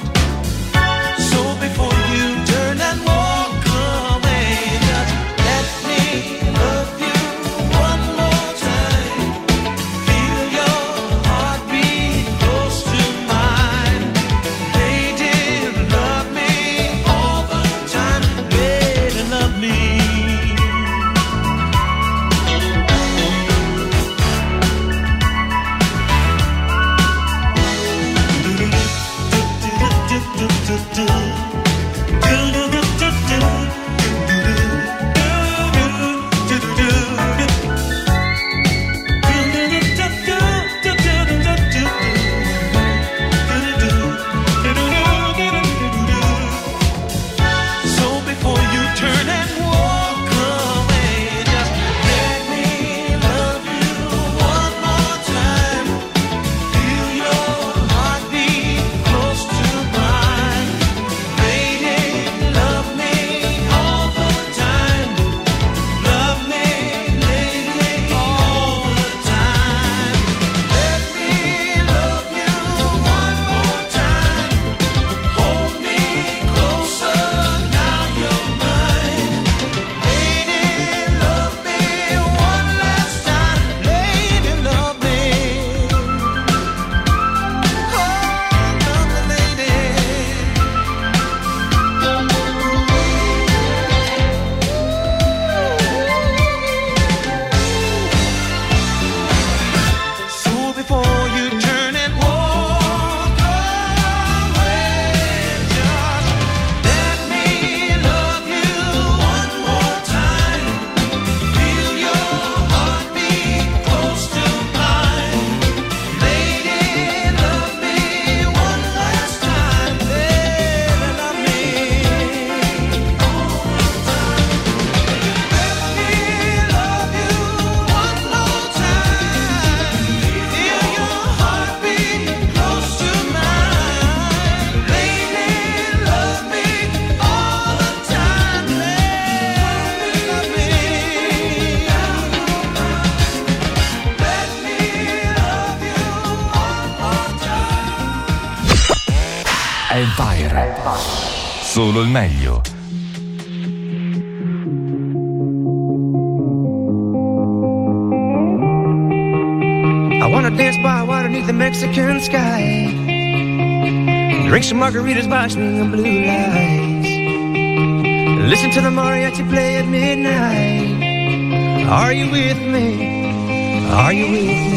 So before you turn and walk away, just let me love you one more time. Feel your heartbeat close to mine. Lady, love me all the time. Lady, love me. So before you turn and walk away, just let me love you one more time. Feel your heartbeat close to mine. Lady, love me all the time. Love me, lady, all the time. Let me love you one more time. Hold me closer, now you're mine. Lady, love me one last time. Lady, love me. Oh, love me, lady. So before you turn and walk away, just let me love you one more time. Feel your heartbeat close to mine. Lady, love me one last time. Lady, love me all the time. Let me love you one more time. Feel your heartbeat close to mine. Lady, love me all the time. Lady, love me. Let me love you one more time. Empire. Solo il meglio. I wanna dance by water beneath the Mexican sky. Drink some margaritas by swinging blue lights. Listen to the mariachi play at midnight. Are you with me? Are you with me?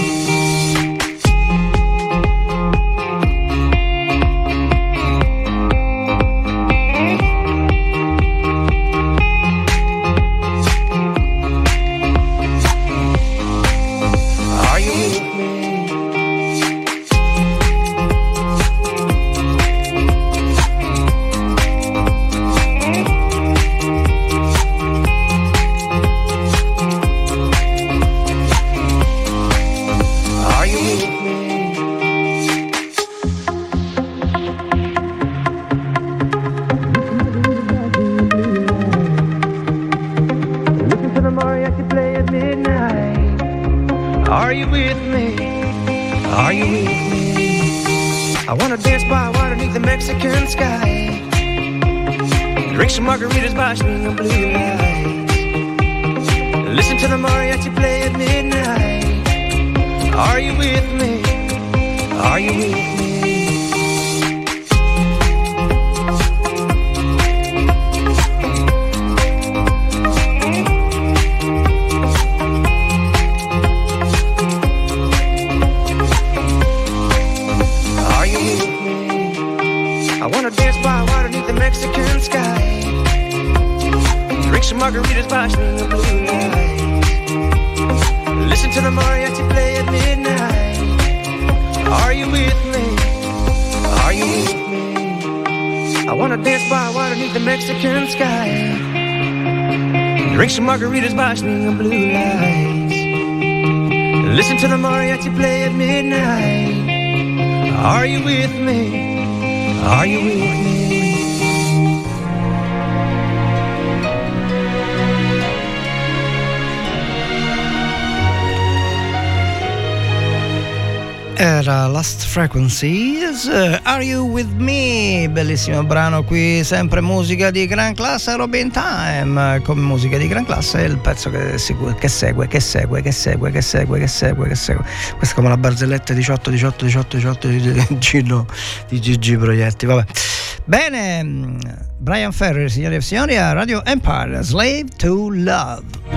Margaritas by swinging blue lights. Listen to the mariachi play at midnight. Are you with me? Are you with me? Era Last Frequencies, Are You With Me? Bellissimo brano qui, sempre musica di gran classe, Robin Time. Come musica di gran classe è il pezzo che segue. Questa è come la barzelletta 18 di Gigi Proietti, vabbè. Bene, Brian Ferry, signore e signori, a Radio Empire, Slave to Love.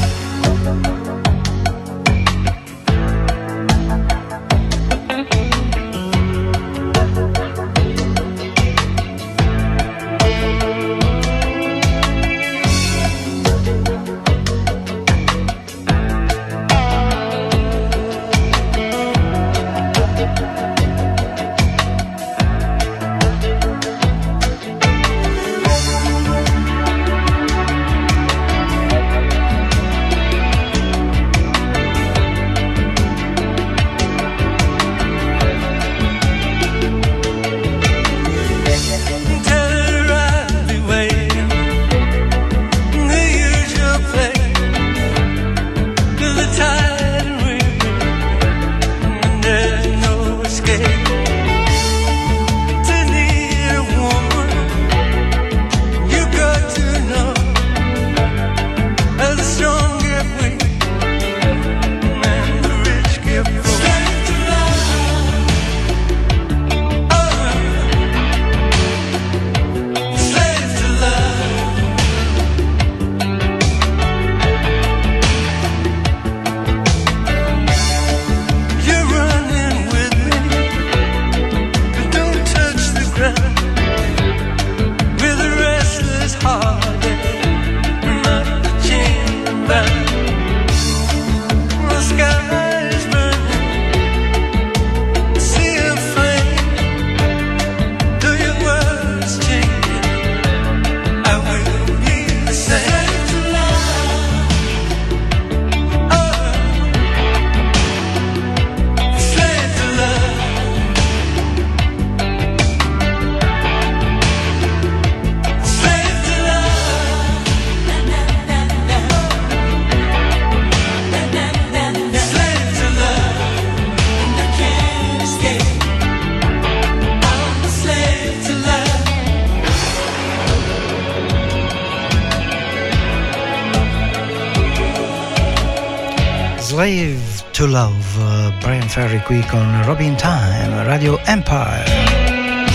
Slave to Love, Brian Ferry qui con Robin Time, Radio Empire.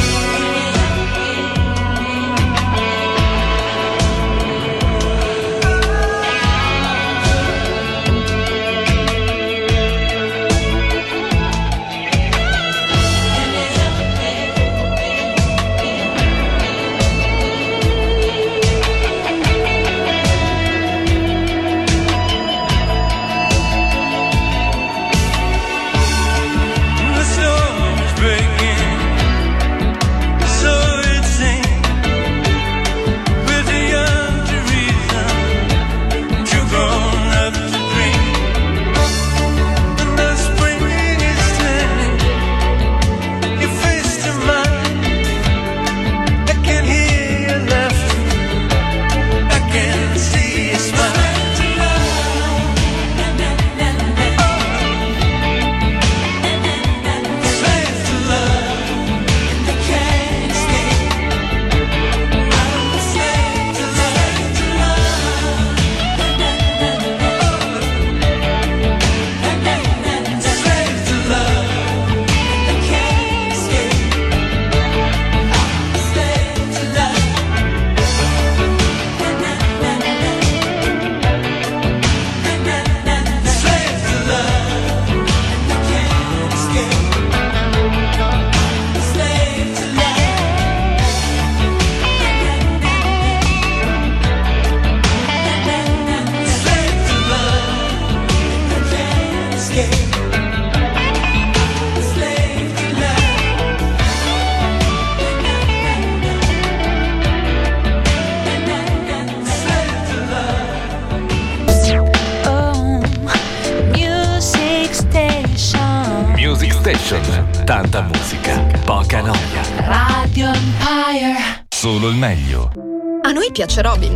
Station, tanta musica, poca noia. Radio Empire. Solo il meglio. A noi piace Robin.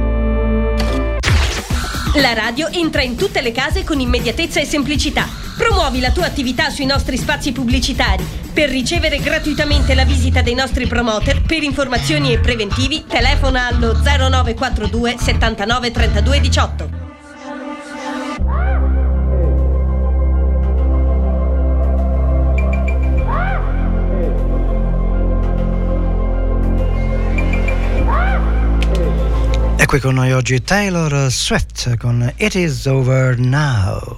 La radio entra in tutte le case con immediatezza e semplicità. Promuovi la tua attività sui nostri spazi pubblicitari. Per ricevere gratuitamente la visita dei nostri promoter, per informazioni e preventivi, telefona allo 0942 79 32 18. E qui con noi oggi Taylor Swift con It Is Over Now.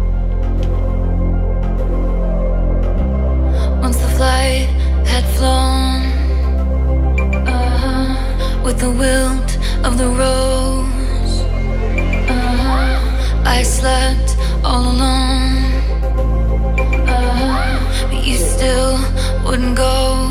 Once the flight had flown, with the wilt of the rose, I slept all alone, but you still wouldn't go.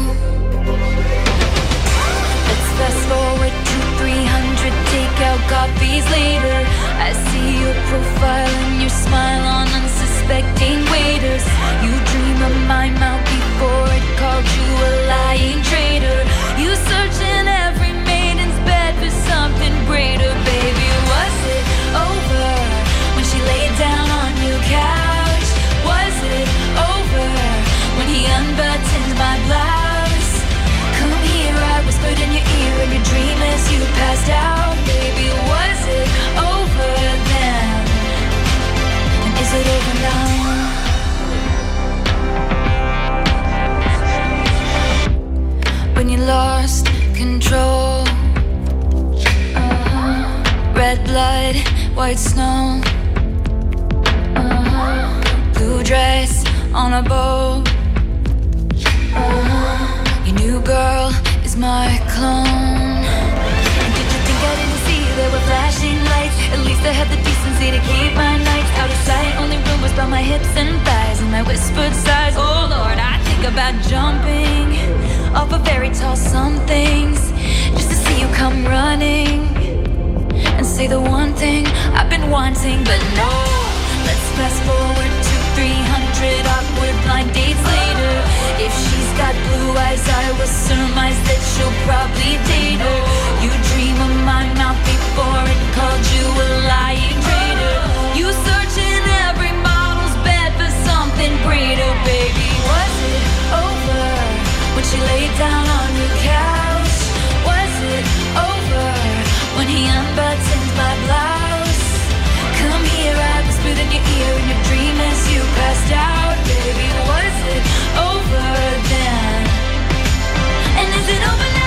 Let's fast forward to 300 takeout coffees later. I see your profile and your smile on unsuspecting waiters. You dream of my mouth before it called you a lying traitor. You search in every maiden's bed for something greater. Baby, was it over when she laid down on your couch? Was it over when he unbuttoned my blouse? Come here, I whispered in your ear in your dream as you passed out. Baby, was it over then? And is it over now? When you lost control, red blood, white snow, blue dress on a boat. Your new girl is my clone. And did you think I didn't see there were flashing lights? At least I had the decency to keep my nights out of sight. Only rumors about my hips and thighs and my whispered sighs. Oh Lord, I think about jumping off of very tall somethings just to see you come running and say the one thing I've been wanting. But no, let's fast forward to 300 awkward blind dates later. If she's got blue eyes, I will surmise that she'll probably date her. You dream of my mouth before it called you a lying traitor. You search in every model's bed for something greater. Baby, was it over when she laid down on your couch? Was it over when he unbuttoned my blouse? Come here, I whispered in your ear in your dream as you passed out. Baby, was it over then? And is it over now?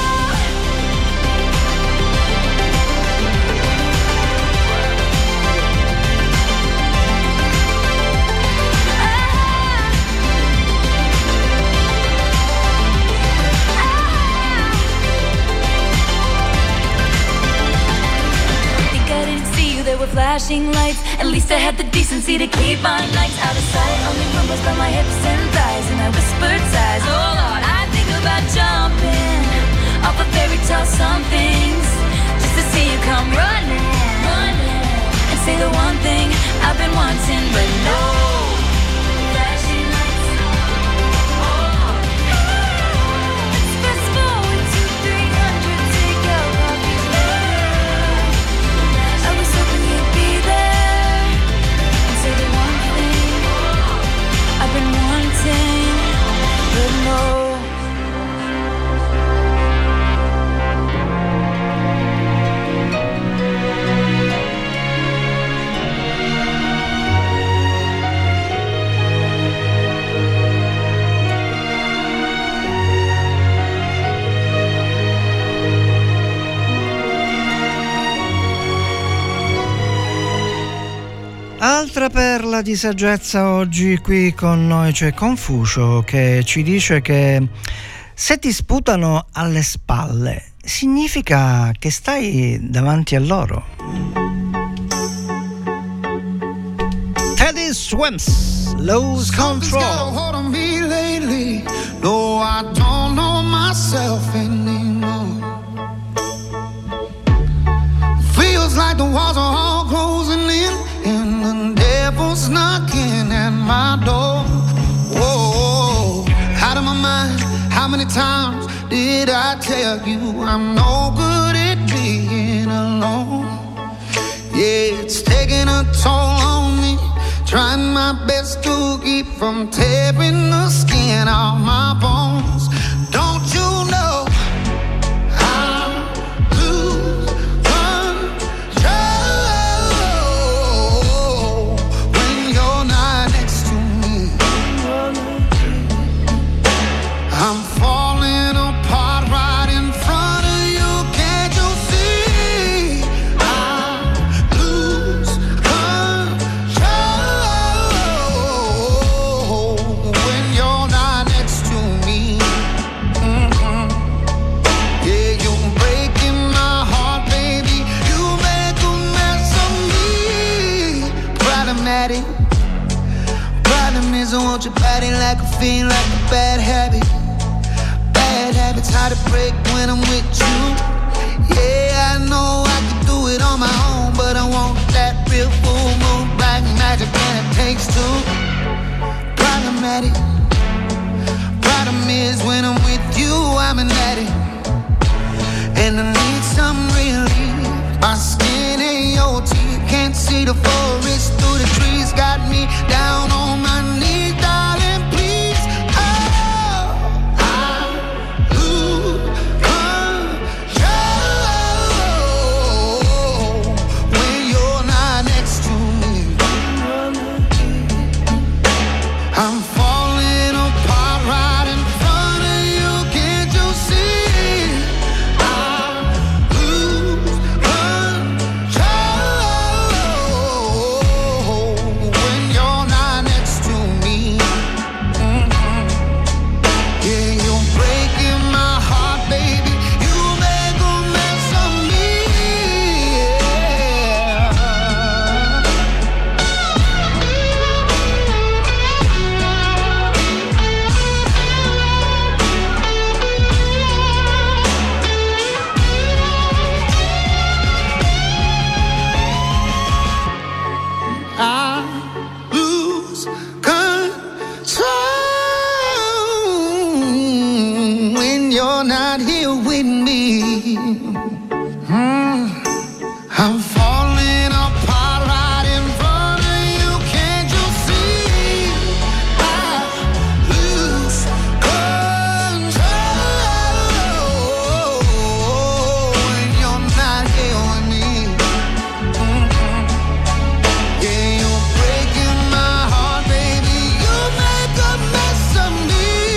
There were flashing lights. At least I had the decency to keep my nights out of sight. Only rumors about my hips and thighs and my whispered sighs. Oh Lord, I think about jumping off of fairy tale somethings just to see you come running and say the one thing I've been wanting. But no flashing lights. Let's fast forward to 300 takeout coffees later. I was hoping you'd be there and say the one thing I've been wanting, but no. Altra perla di saggezza oggi qui con noi c'è Confucio, che ci dice che se ti sputano alle spalle significa che stai davanti a loro. Teddy Swims, Lose Control. Got a hold on me lately. No, I don't know myself anymore. Feels like the walls are all closing in and the devil's knocking at my door. Whoa. mind. How many times did I tell you I'm no good at being alone? Yeah, it's taking a toll on me, trying my best to keep from tearing the skin off my bones. Don't you know I lose control when you're not next to me? I'm falling apart right in front of you. Can't you see? I lose control when you're not next to me. Yeah, you're breaking my heart, baby. You make a mess of me. Problematic. Problem is I want your body like a fiend, like a bad habit. Bad habits hard to break when I'm with you. Yeah, I know I can do it on my own, but I want that real full moon black magic, and it takes two. Problematic. Problem is when I'm with you, I'm an addict, and I need some relief. My skin ain't your teeth, can't see the forest through the trees. Got me down on my knees, darling, please. Oh, I lose control when you're not next to me. I'm falling apart right in front of you. Can't you see? I lose control when you're not next to me. Yeah, you're breaking my heart, baby. You make a mess of me. I lose control when you're not here with me. I'm falling apart right in front of you. Can't you see? I lose control when you're not here with me. Yeah, you're breaking my heart, baby. You make a mess of me.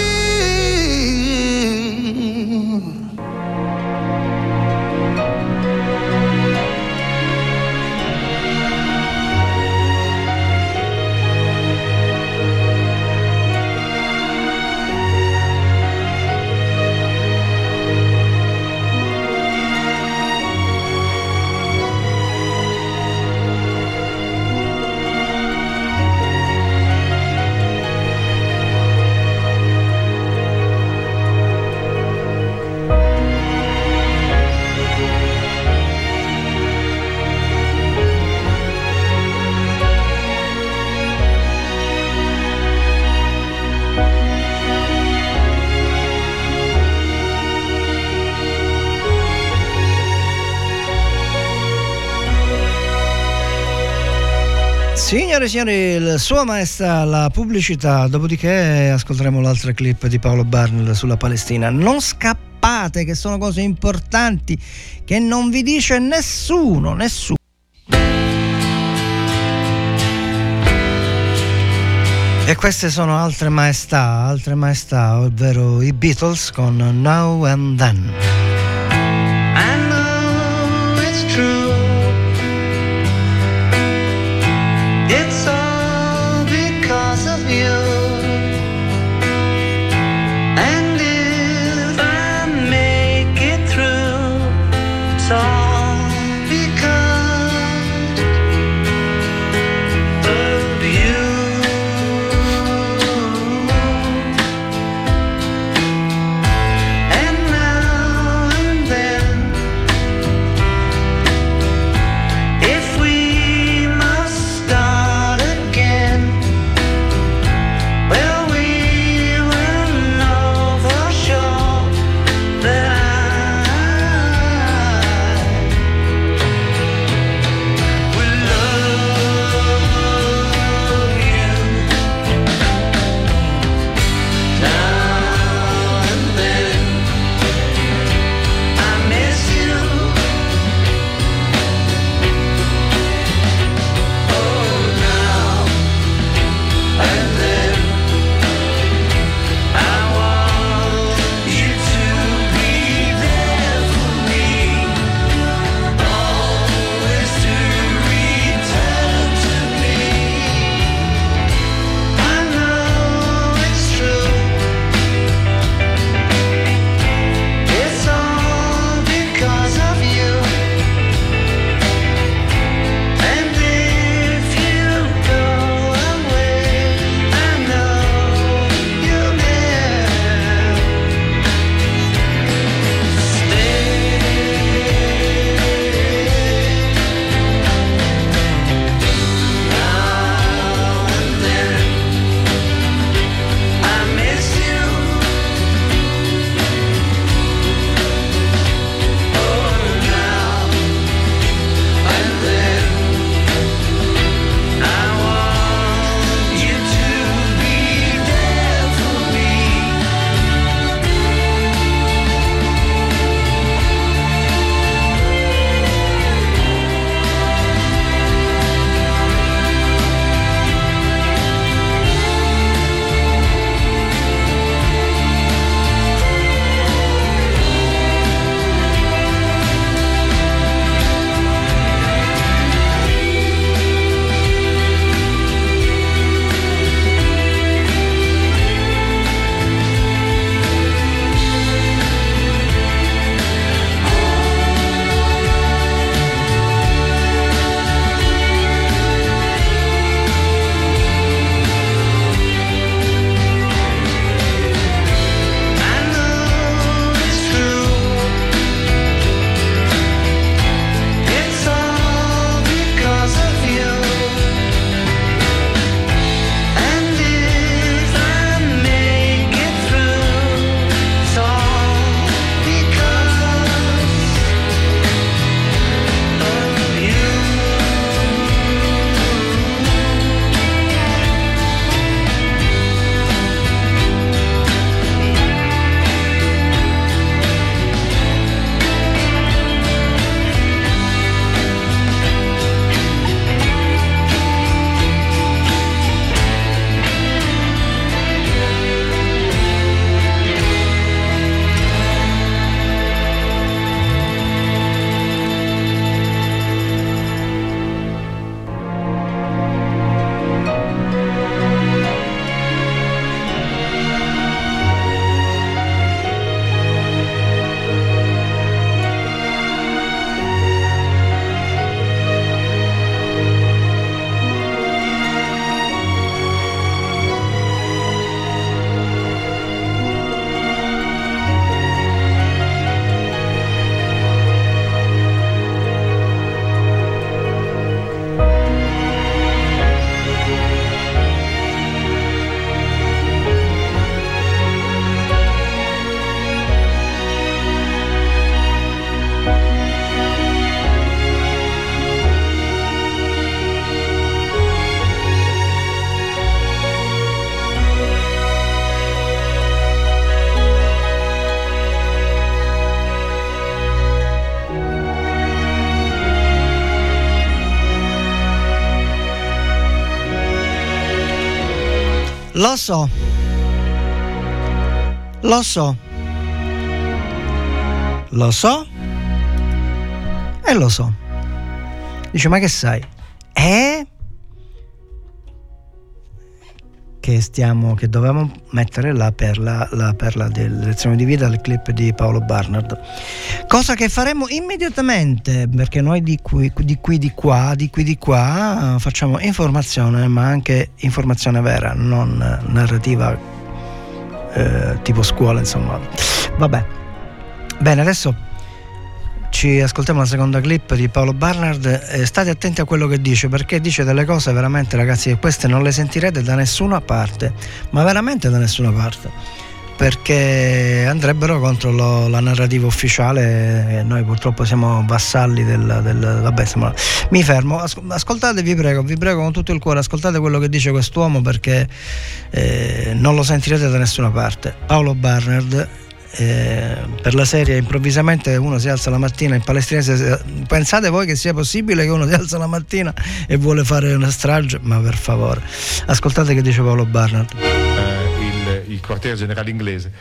Signore e signori, il Sua Maestà, la pubblicità, dopodiché ascolteremo l'altra clip di Paolo Barnell sulla Palestina. Non scappate, che sono cose importanti che non vi dice nessuno. E queste sono altre maestà, ovvero i Beatles con Now and Then. I know it's true. It's all because of you. And if I make it through, it's all because of you. And now and then Lo so. Lo so. Lo so. E lo so. Dice, ma che sai? Che dovevamo mettere la perla delle lezioni di vita, il clip di Paolo Barnard, cosa che faremo immediatamente, perché noi di qui di qua facciamo informazione, ma anche informazione vera, non narrativa tipo scuola, insomma. Vabbè, bene, adesso ci ascoltiamo la seconda clip di Paolo Barnard. State attenti a quello che dice, perché dice delle cose veramente, ragazzi, che queste non le sentirete da nessuna parte, ma veramente da nessuna parte, perché andrebbero contro la narrativa ufficiale e noi purtroppo siamo vassalli vabbè, insomma, mi fermo. Ascoltate, vi prego con tutto il cuore, ascoltate quello che dice quest'uomo, perché non lo sentirete da nessuna parte. Paolo Barnard, per la serie improvvisamente uno si alza la mattina in palestinese. Pensate voi che sia possibile che uno si alza la mattina e vuole fare una strage? Ma per favore, ascoltate che dice Paolo Barnard. Il quartiere generale inglese.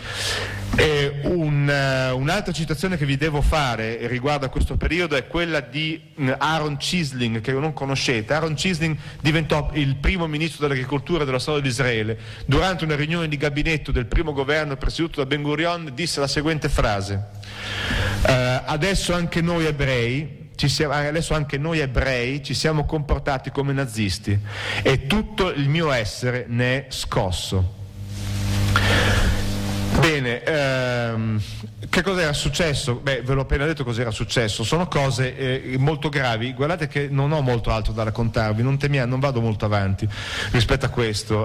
Un'altra citazione che vi devo fare riguardo a questo periodo è quella di Aaron Chisling, che non conoscete. Aaron Chisling diventò il primo ministro dell'agricoltura della storia di Israele. Durante una riunione di gabinetto del primo governo presieduto da Ben Gurion disse la seguente frase: adesso anche noi ebrei ci siamo comportati come nazisti e tutto il mio essere ne è scosso. Bene, che cosa era successo? Beh, ve l'ho appena detto cosa era successo. Sono cose molto gravi. Guardate che non ho molto altro da raccontarvi, non vado molto avanti rispetto a questo.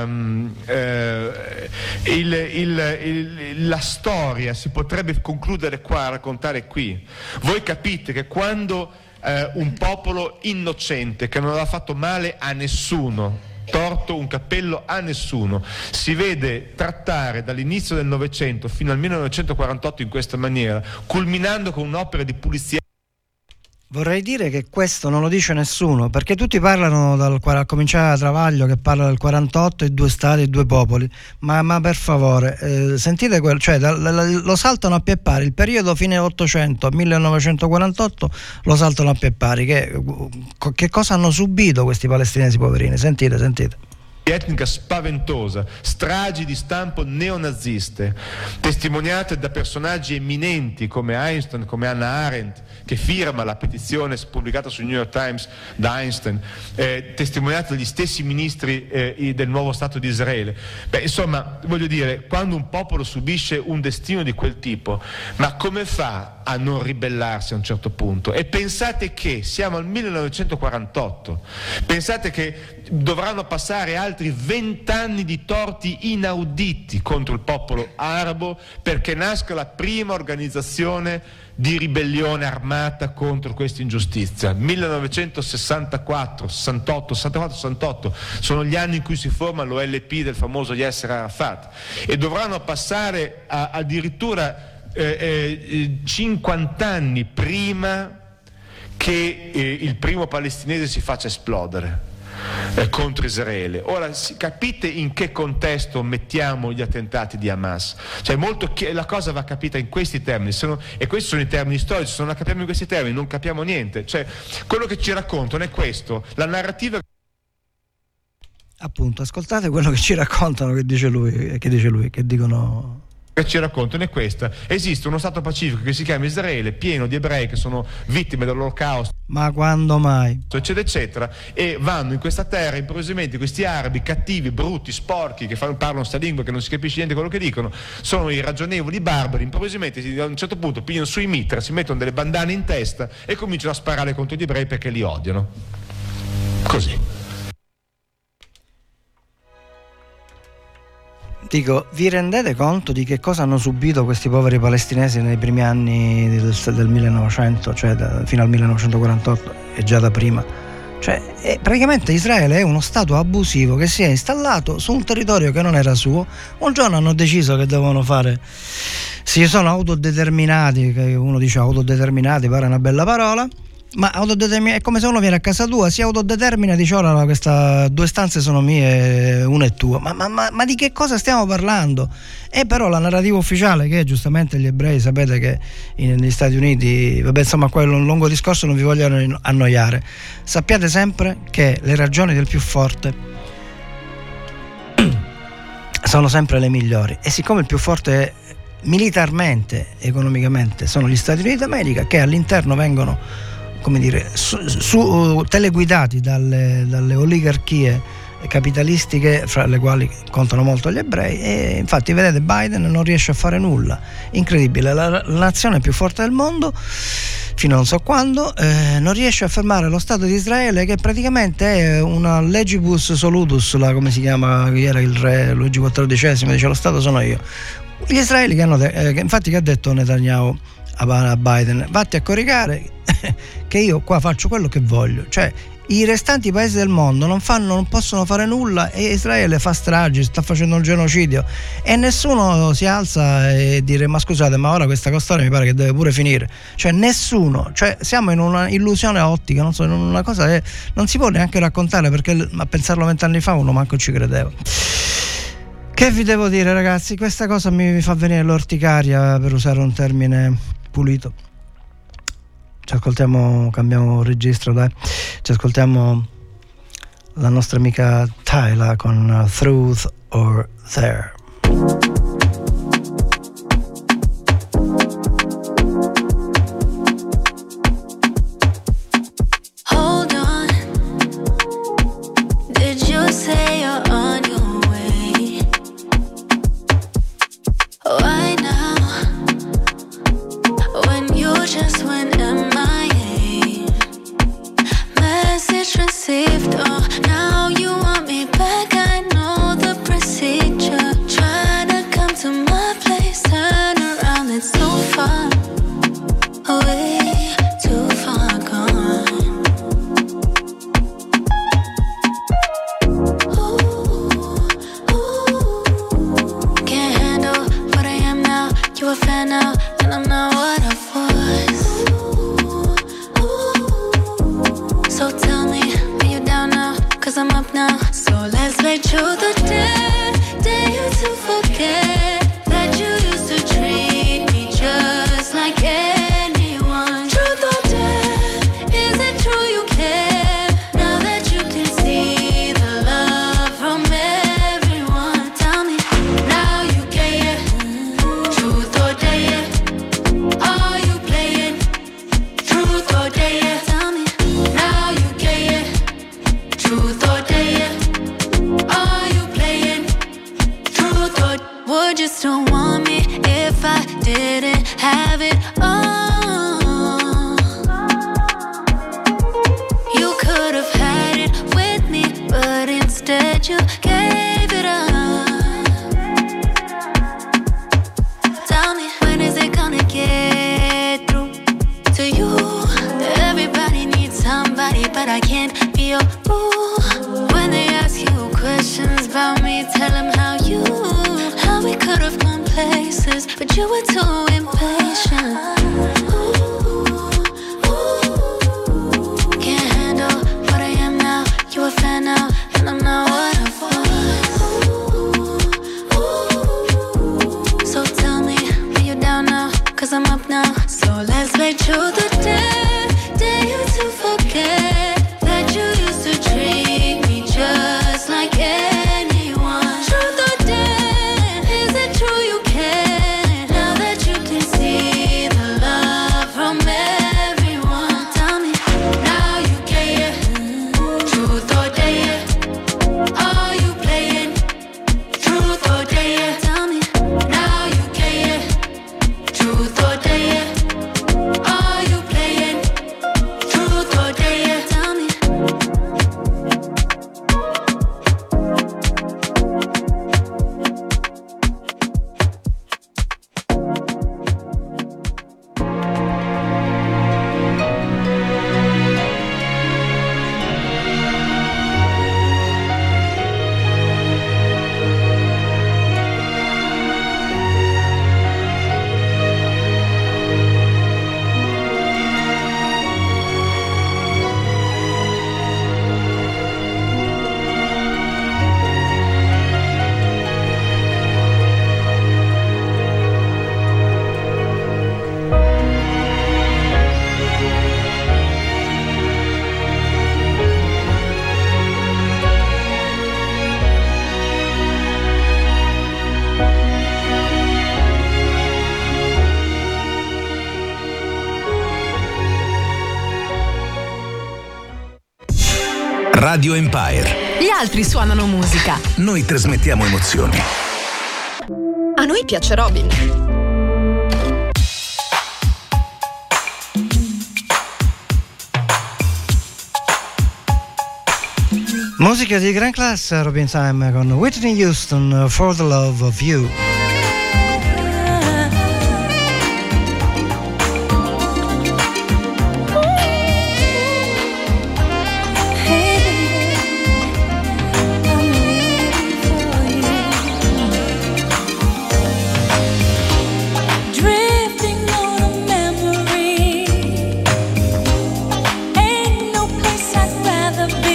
La storia si potrebbe concludere qua, raccontare qui. Voi capite che quando un popolo innocente che non aveva fatto male a nessuno, torto un cappello a nessuno, si vede trattare dall'inizio del Novecento fino al 1948 in questa maniera, culminando con un'opera di pulizia. Vorrei dire che questo non lo dice nessuno, perché tutti parlano a cominciare da Travaglio, che parla del 48, i 2 stati, i 2 popoli, ma per favore, sentite lo saltano a pie pari, il periodo fine 800 1948 lo saltano a pie pari. Che cosa hanno subito questi palestinesi poverini? Sentite. Etnica spaventosa, stragi di stampo neonaziste, testimoniate da personaggi eminenti come Einstein, come Hannah Arendt, che firma la petizione pubblicata sul New York Times da Einstein, testimoniate dagli stessi ministri del nuovo Stato di Israele. Beh, insomma, voglio dire, quando un popolo subisce un destino di quel tipo, ma come fa a non ribellarsi a un certo punto? E pensate che siamo al 1948, pensate che dovranno passare altri 20 anni di torti inauditi contro il popolo arabo perché nasca la prima organizzazione di ribellione armata contro questa ingiustizia. 1964, 68 sono gli anni in cui si forma l'OLP del famoso Yasser Arafat, e dovranno passare addirittura 50 anni prima che il primo palestinese si faccia esplodere contro Israele. Ora capite in che contesto mettiamo gli attentati di Hamas? Cioè la cosa va capita in questi termini, e questi sono i termini storici. Se non la capiamo in questi termini non capiamo niente. Cioè, quello che ci raccontano è questo, la narrativa. Appunto, ascoltate quello che ci raccontano, che dicono. Che ci raccontano è questa: esiste uno stato pacifico che si chiama Israele, pieno di ebrei che sono vittime dell'olocausto, ma quando mai, eccetera eccetera, e vanno in questa terra improvvisamente questi arabi cattivi, brutti, sporchi, che parlano sta lingua che non si capisce niente quello che dicono, sono irragionevoli barbari, improvvisamente a un certo punto pigliano sui mitra, si mettono delle bandane in testa e cominciano a sparare contro gli ebrei perché li odiano. Così. Dico, vi rendete conto di che cosa hanno subito questi poveri palestinesi nei primi anni del 1900, cioè fino al 1948 e già da prima? Cioè, praticamente Israele è uno stato abusivo che si è installato su un territorio che non era suo. Un giorno hanno deciso che devono si sono autodeterminati, che uno dice autodeterminati, pare una bella parola, Ma è come se uno viene a casa tua, si autodetermina, dice ora queste 2 stanze sono mie, una è tua. Ma di che cosa stiamo parlando? E però la narrativa ufficiale, che giustamente gli ebrei, sapete che negli Stati Uniti, vabbè, insomma, quello è un lungo discorso, non vi voglio annoiare. Sappiate sempre che le ragioni del più forte sono sempre le migliori, e siccome il più forte è militarmente, economicamente, sono gli Stati Uniti d'America, che all'interno vengono, come dire, teleguidati dalle oligarchie capitalistiche, fra le quali contano molto gli ebrei, e infatti vedete Biden non riesce a fare nulla, incredibile, la nazione più forte del mondo fino a non so quando non riesce a fermare lo Stato di Israele, che praticamente è una legibus solutus, come si chiama, chi era il re Luigi XIV, dice lo Stato sono io. Gli israeli infatti che ha detto Netanyahu a Biden, vatti a coricare che io qua faccio quello che voglio, cioè i restanti paesi del mondo non possono fare nulla e Israele fa stragi, sta facendo un genocidio, e nessuno si alza e dire ma scusate, ma ora questa storia mi pare che deve pure finire, cioè nessuno, cioè siamo in una illusione ottica, non so, in una cosa che non si può neanche raccontare, perché a pensarlo 20 anni fa uno manco ci credeva. Che vi devo dire, ragazzi, questa cosa mi fa venire l'orticaria, per usare un termine pulito. Ci ascoltiamo, cambiamo registro, dai. Ci ascoltiamo la nostra amica Tyla con Truth or There. Hold on. Did you say you're on your way? Why now? When you just went MIA. Message received, oh, now you want me back. I know the procedure. Try to come to my place, turn around, it's too far away, too far gone. Can't handle what I am now. You a fan now, and I'm not what I was. So tell me, are you down now? 'Cause I'm up now. So let's make truth or dare you to forget that you used to treat me just like anyone. Truth or dare, is it true you care? Now that you can see the love from everyone. Tell me, now you care. Truth or dare, are you playing? Truth or dare, tell me, now you care. Truth or dare, are you playing? Truth or would you still want me if I didn't have it all? You could have had it with me, but instead you gave it up. Tell me, when is it gonna get through to you? Everybody needs somebody, but I can't be your boo. When they ask you questions about me, tell them how we could have gone places, but you were too impatient. Can't handle what I am now. You a fan now, and I'm not what I was. So tell me, are you down now? 'Cause I'm up now. So let's make truth or dare you to forget that you used to treat me just like anyone. Truth or dare, is it true you care? Now that you can see the love from everyone. Tell me, now you care. Truth or dare, are you playing? Truth or dare, tell me, now you care. Truth or dare, are you playing? Truth or dare, tell me. Radio Empire. Gli altri suonano musica. Noi trasmettiamo emozioni. A noi piace Robin. Musica di gran classe, Robin Time con Whitney Houston, For the Love of You.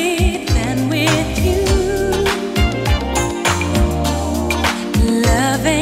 Love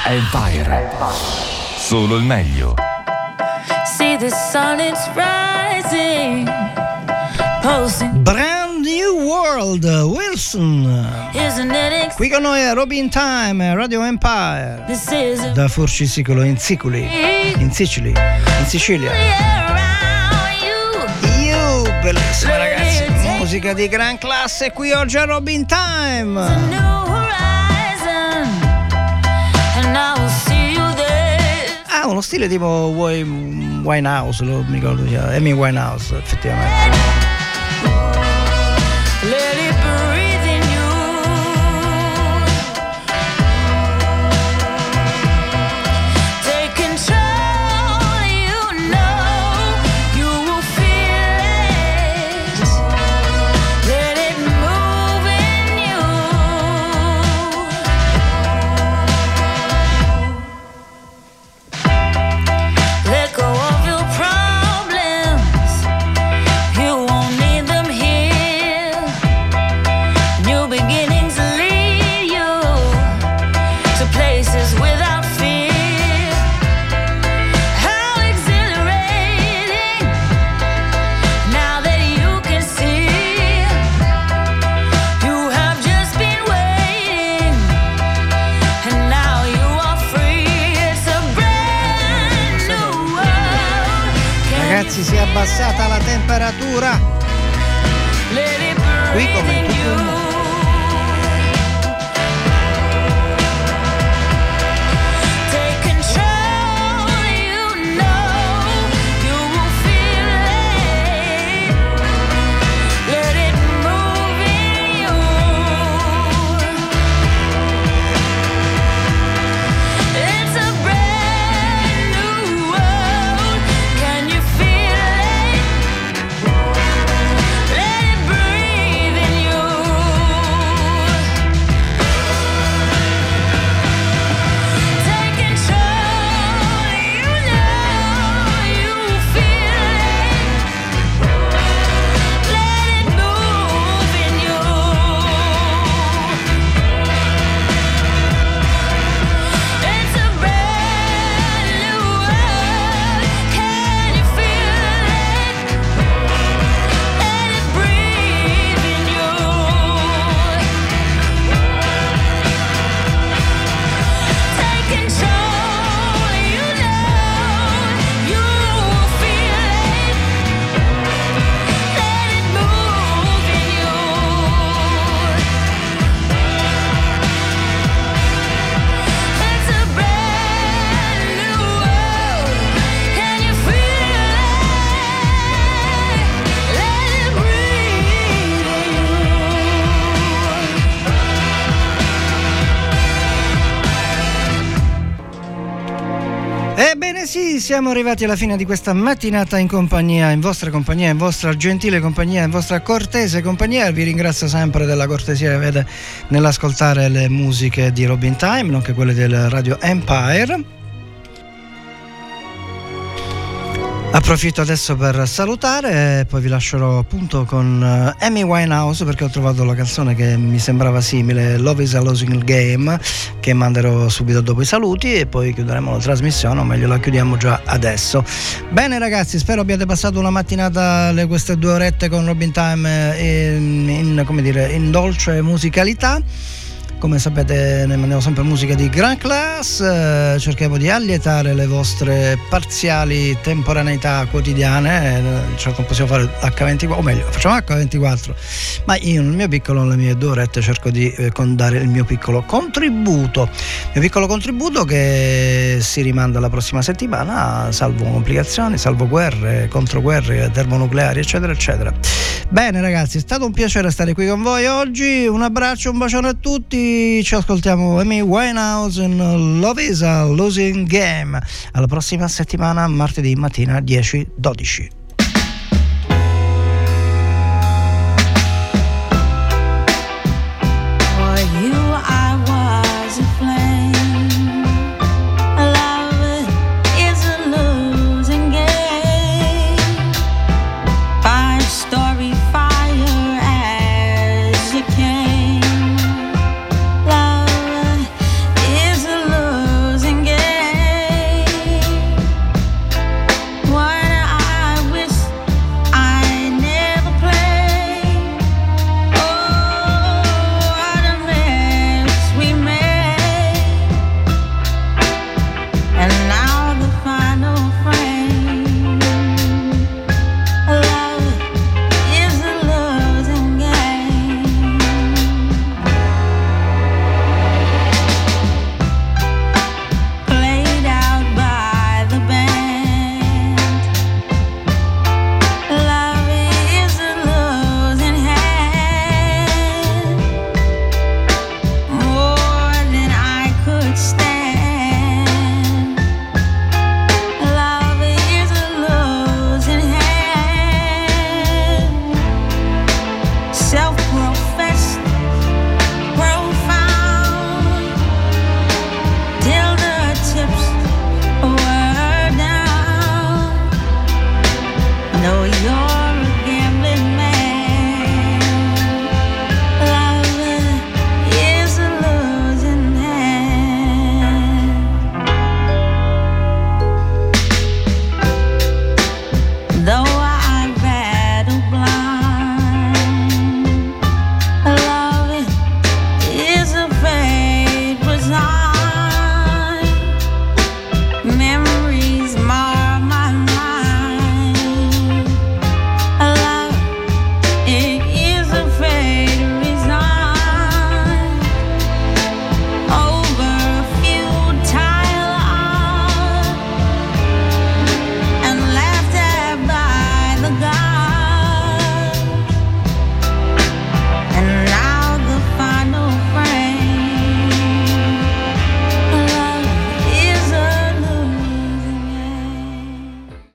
Empire. Solo il meglio. See the sun, it's rising. Posing. Brand New World, Wilson. Isn't it Qui con noi a Robin Time, Radio Empire. This is Da Forcisicolo in Sicilia. Bellissima ragazzi, musica di gran classe qui oggi a Robin Time. Ha uno stile tipo Winehouse, lo mi ricordo, Amy Winehouse effettivamente. Let it breathe in you. Take control, you know you will feel it. Let it move in you. Let go of your problems. You won't need them here. New beginnings lead you to places without fear. How exhilarating now that you can see. You have just been waiting, and now you are free. It's a brand new world. Ragazzi, si è abbassata la temperatura Let it qui come in breathe in tutto il you. mondo. Take control, you know you will feel it. Let it move in you. It's a brand new world. Can you feel it? Let it breathe in you. Take control, you know you feel it. Let it move in you. It's a brand new world. Can you feel it? Let it breathe in you. Take control, you know you feel it. Let it move in you. It's a brand new world. Can you feel it? Let it breathe in Ebbene sì, siamo arrivati alla fine di questa mattinata in compagnia, in vostra compagnia, in vostra gentile compagnia, in vostra cortese compagnia. Vi ringrazio sempre della cortesia che avete nell'ascoltare le musiche di Robin Time, nonché quelle del Radio Empire. Approfitto adesso per salutare e poi vi lascerò appunto con Amy Winehouse, perché ho trovato la canzone che mi sembrava simile, Love is a Losing Game, che manderò subito dopo i saluti e poi chiuderemo la trasmissione, o meglio la chiudiamo già adesso. Bene ragazzi, spero abbiate passato una mattinata, queste 2 orette con Robin Time in dolce musicalità. Come sapete ne mandiamo sempre musica di gran class, cerchiamo di allietare le vostre parziali temporaneità quotidiane, non possiamo fare H24, o meglio facciamo H24, ma io nel mio piccolo, nelle mie 2 orette cerco di dare il mio piccolo contributo che si rimanda alla prossima settimana, salvo complicazioni, salvo guerre, controguerre, termonucleari eccetera eccetera. Bene ragazzi, è stato un piacere stare qui con voi oggi, un abbraccio, un bacione a tutti. Ci ascoltiamo Amy Winehouse in Love is a Losing Game. Alla prossima settimana, martedì mattina 10-12.